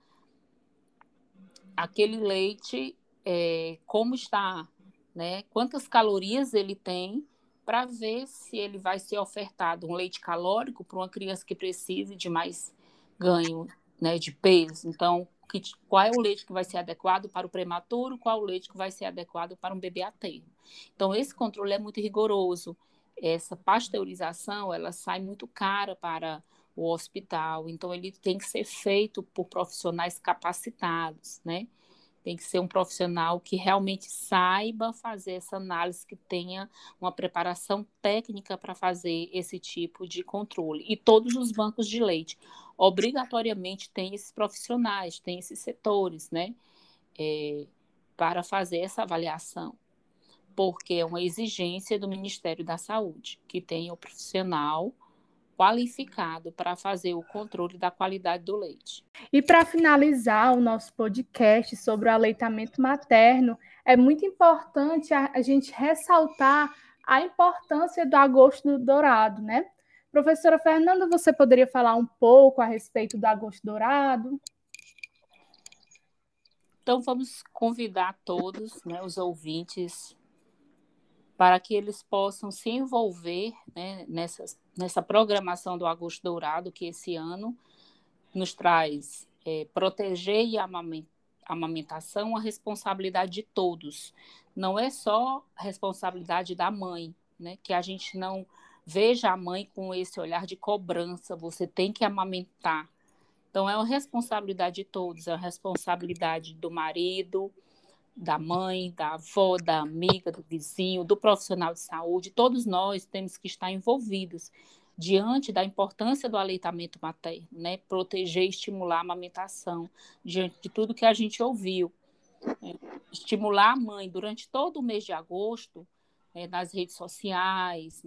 [SPEAKER 3] aquele leite, como está, né? Quantas calorias ele tem, para ver se ele vai ser ofertado um leite calórico para uma criança que precise de mais ganho, né, de peso. Então, qual é o leite que vai ser adequado para o prematuro, qual é o leite que vai ser adequado para um bebê a termo. Então, esse controle é muito rigoroso. Essa pasteurização, ela sai muito cara para o hospital, então ele tem que ser feito por profissionais capacitados, né? Tem que ser um profissional que realmente saiba fazer essa análise, que tenha uma preparação técnica para fazer esse tipo de controle. E todos os bancos de leite, obrigatoriamente, têm esses profissionais, têm esses setores, né? Para fazer essa avaliação, porque é uma exigência do Ministério da Saúde, que tenha o profissional qualificado para fazer o controle da qualidade do leite.
[SPEAKER 1] E para finalizar o nosso podcast sobre o aleitamento materno, é muito importante a gente ressaltar a importância do agosto dourado, né? Professora Fernanda, você poderia falar um pouco a respeito do agosto dourado?
[SPEAKER 3] Então, vamos convidar todos, né, os ouvintes, para que eles possam se envolver, né, nessa programação do Agosto Dourado, que esse ano nos traz proteger e amamentação, a responsabilidade de todos. Não é só a responsabilidade da mãe, né, que a gente não veja a mãe com esse olhar de cobrança, você tem que amamentar. Então, é uma responsabilidade de todos, é uma responsabilidade do marido, da mãe, da avó, da amiga, do vizinho, do profissional de saúde. Todos nós temos que estar envolvidos diante da importância do aleitamento materno, né? Proteger e estimular a amamentação, diante de tudo que a gente ouviu. Estimular a mãe durante todo o mês de agosto, nas redes sociais,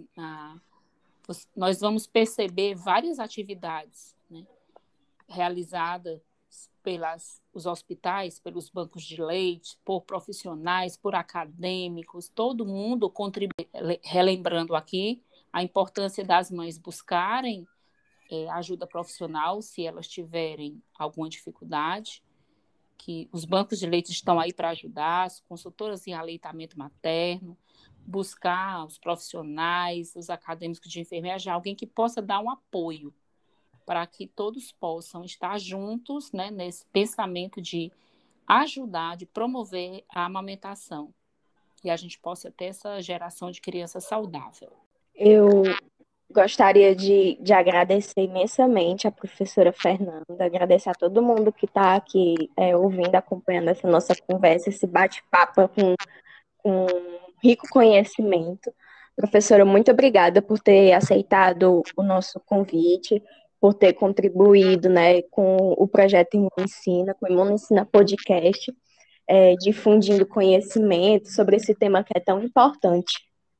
[SPEAKER 3] nós vamos perceber várias atividades, né, realizadas pelos hospitais, pelos bancos de leite, por profissionais, por acadêmicos, todo mundo contribui, relembrando aqui a importância das mães buscarem ajuda profissional se elas tiverem alguma dificuldade, que os bancos de leite estão aí para ajudar, as consultoras em aleitamento materno, buscar os profissionais, os acadêmicos de enfermagem, alguém que possa dar um apoio para que todos possam estar juntos, né, nesse pensamento de ajudar, de promover a amamentação, e a gente possa ter essa geração de criança saudável.
[SPEAKER 2] Eu gostaria de agradecer imensamente a professora Fernanda, agradecer a todo mundo que está aqui ouvindo, acompanhando essa nossa conversa, esse bate-papo com rico conhecimento. Professora, muito obrigada por ter aceitado o nosso convite, por ter contribuído, né, com o projeto Imuno Ensina, com o Imuno Ensina Podcast, difundindo conhecimento sobre esse tema que é tão importante.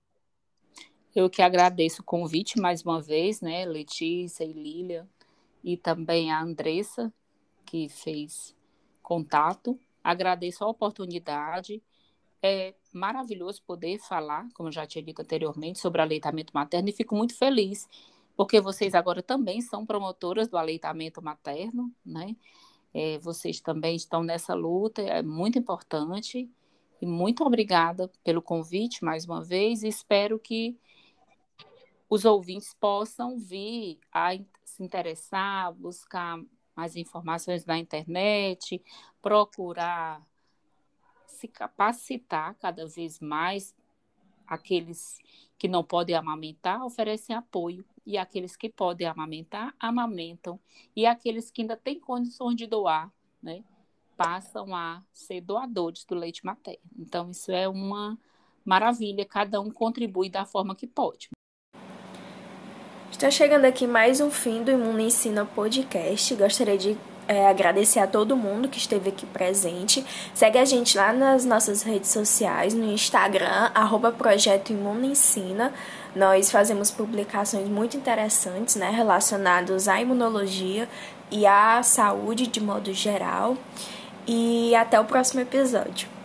[SPEAKER 3] Eu que agradeço o convite mais uma vez, né, Letícia e Lília, e também a Andressa, que fez contato. Agradeço a oportunidade. É maravilhoso poder falar, como eu já tinha dito anteriormente, sobre aleitamento materno, e fico muito feliz, porque vocês agora também são promotoras do aleitamento materno, né? Vocês também estão nessa luta, é muito importante, E muito obrigada pelo convite mais uma vez e espero que os ouvintes possam vir a se interessar, buscar mais informações na internet, procurar se capacitar cada vez mais. Aqueles que não podem amamentar oferecem apoio, e aqueles que podem amamentar, amamentam, e aqueles que ainda têm condições de doar, né, passam a ser doadores do leite materno. Então, isso é uma maravilha, cada um contribui da forma que pode.
[SPEAKER 4] Está chegando aqui mais um fim do Imuno Ensina Podcast. Gostaria de agradecer a todo mundo que esteve aqui presente. Segue a gente lá nas nossas redes sociais, no Instagram, @Projeto Imuno Ensina. Nós fazemos publicações muito interessantes, né, relacionadas à imunologia e à saúde de modo geral. E até o próximo episódio.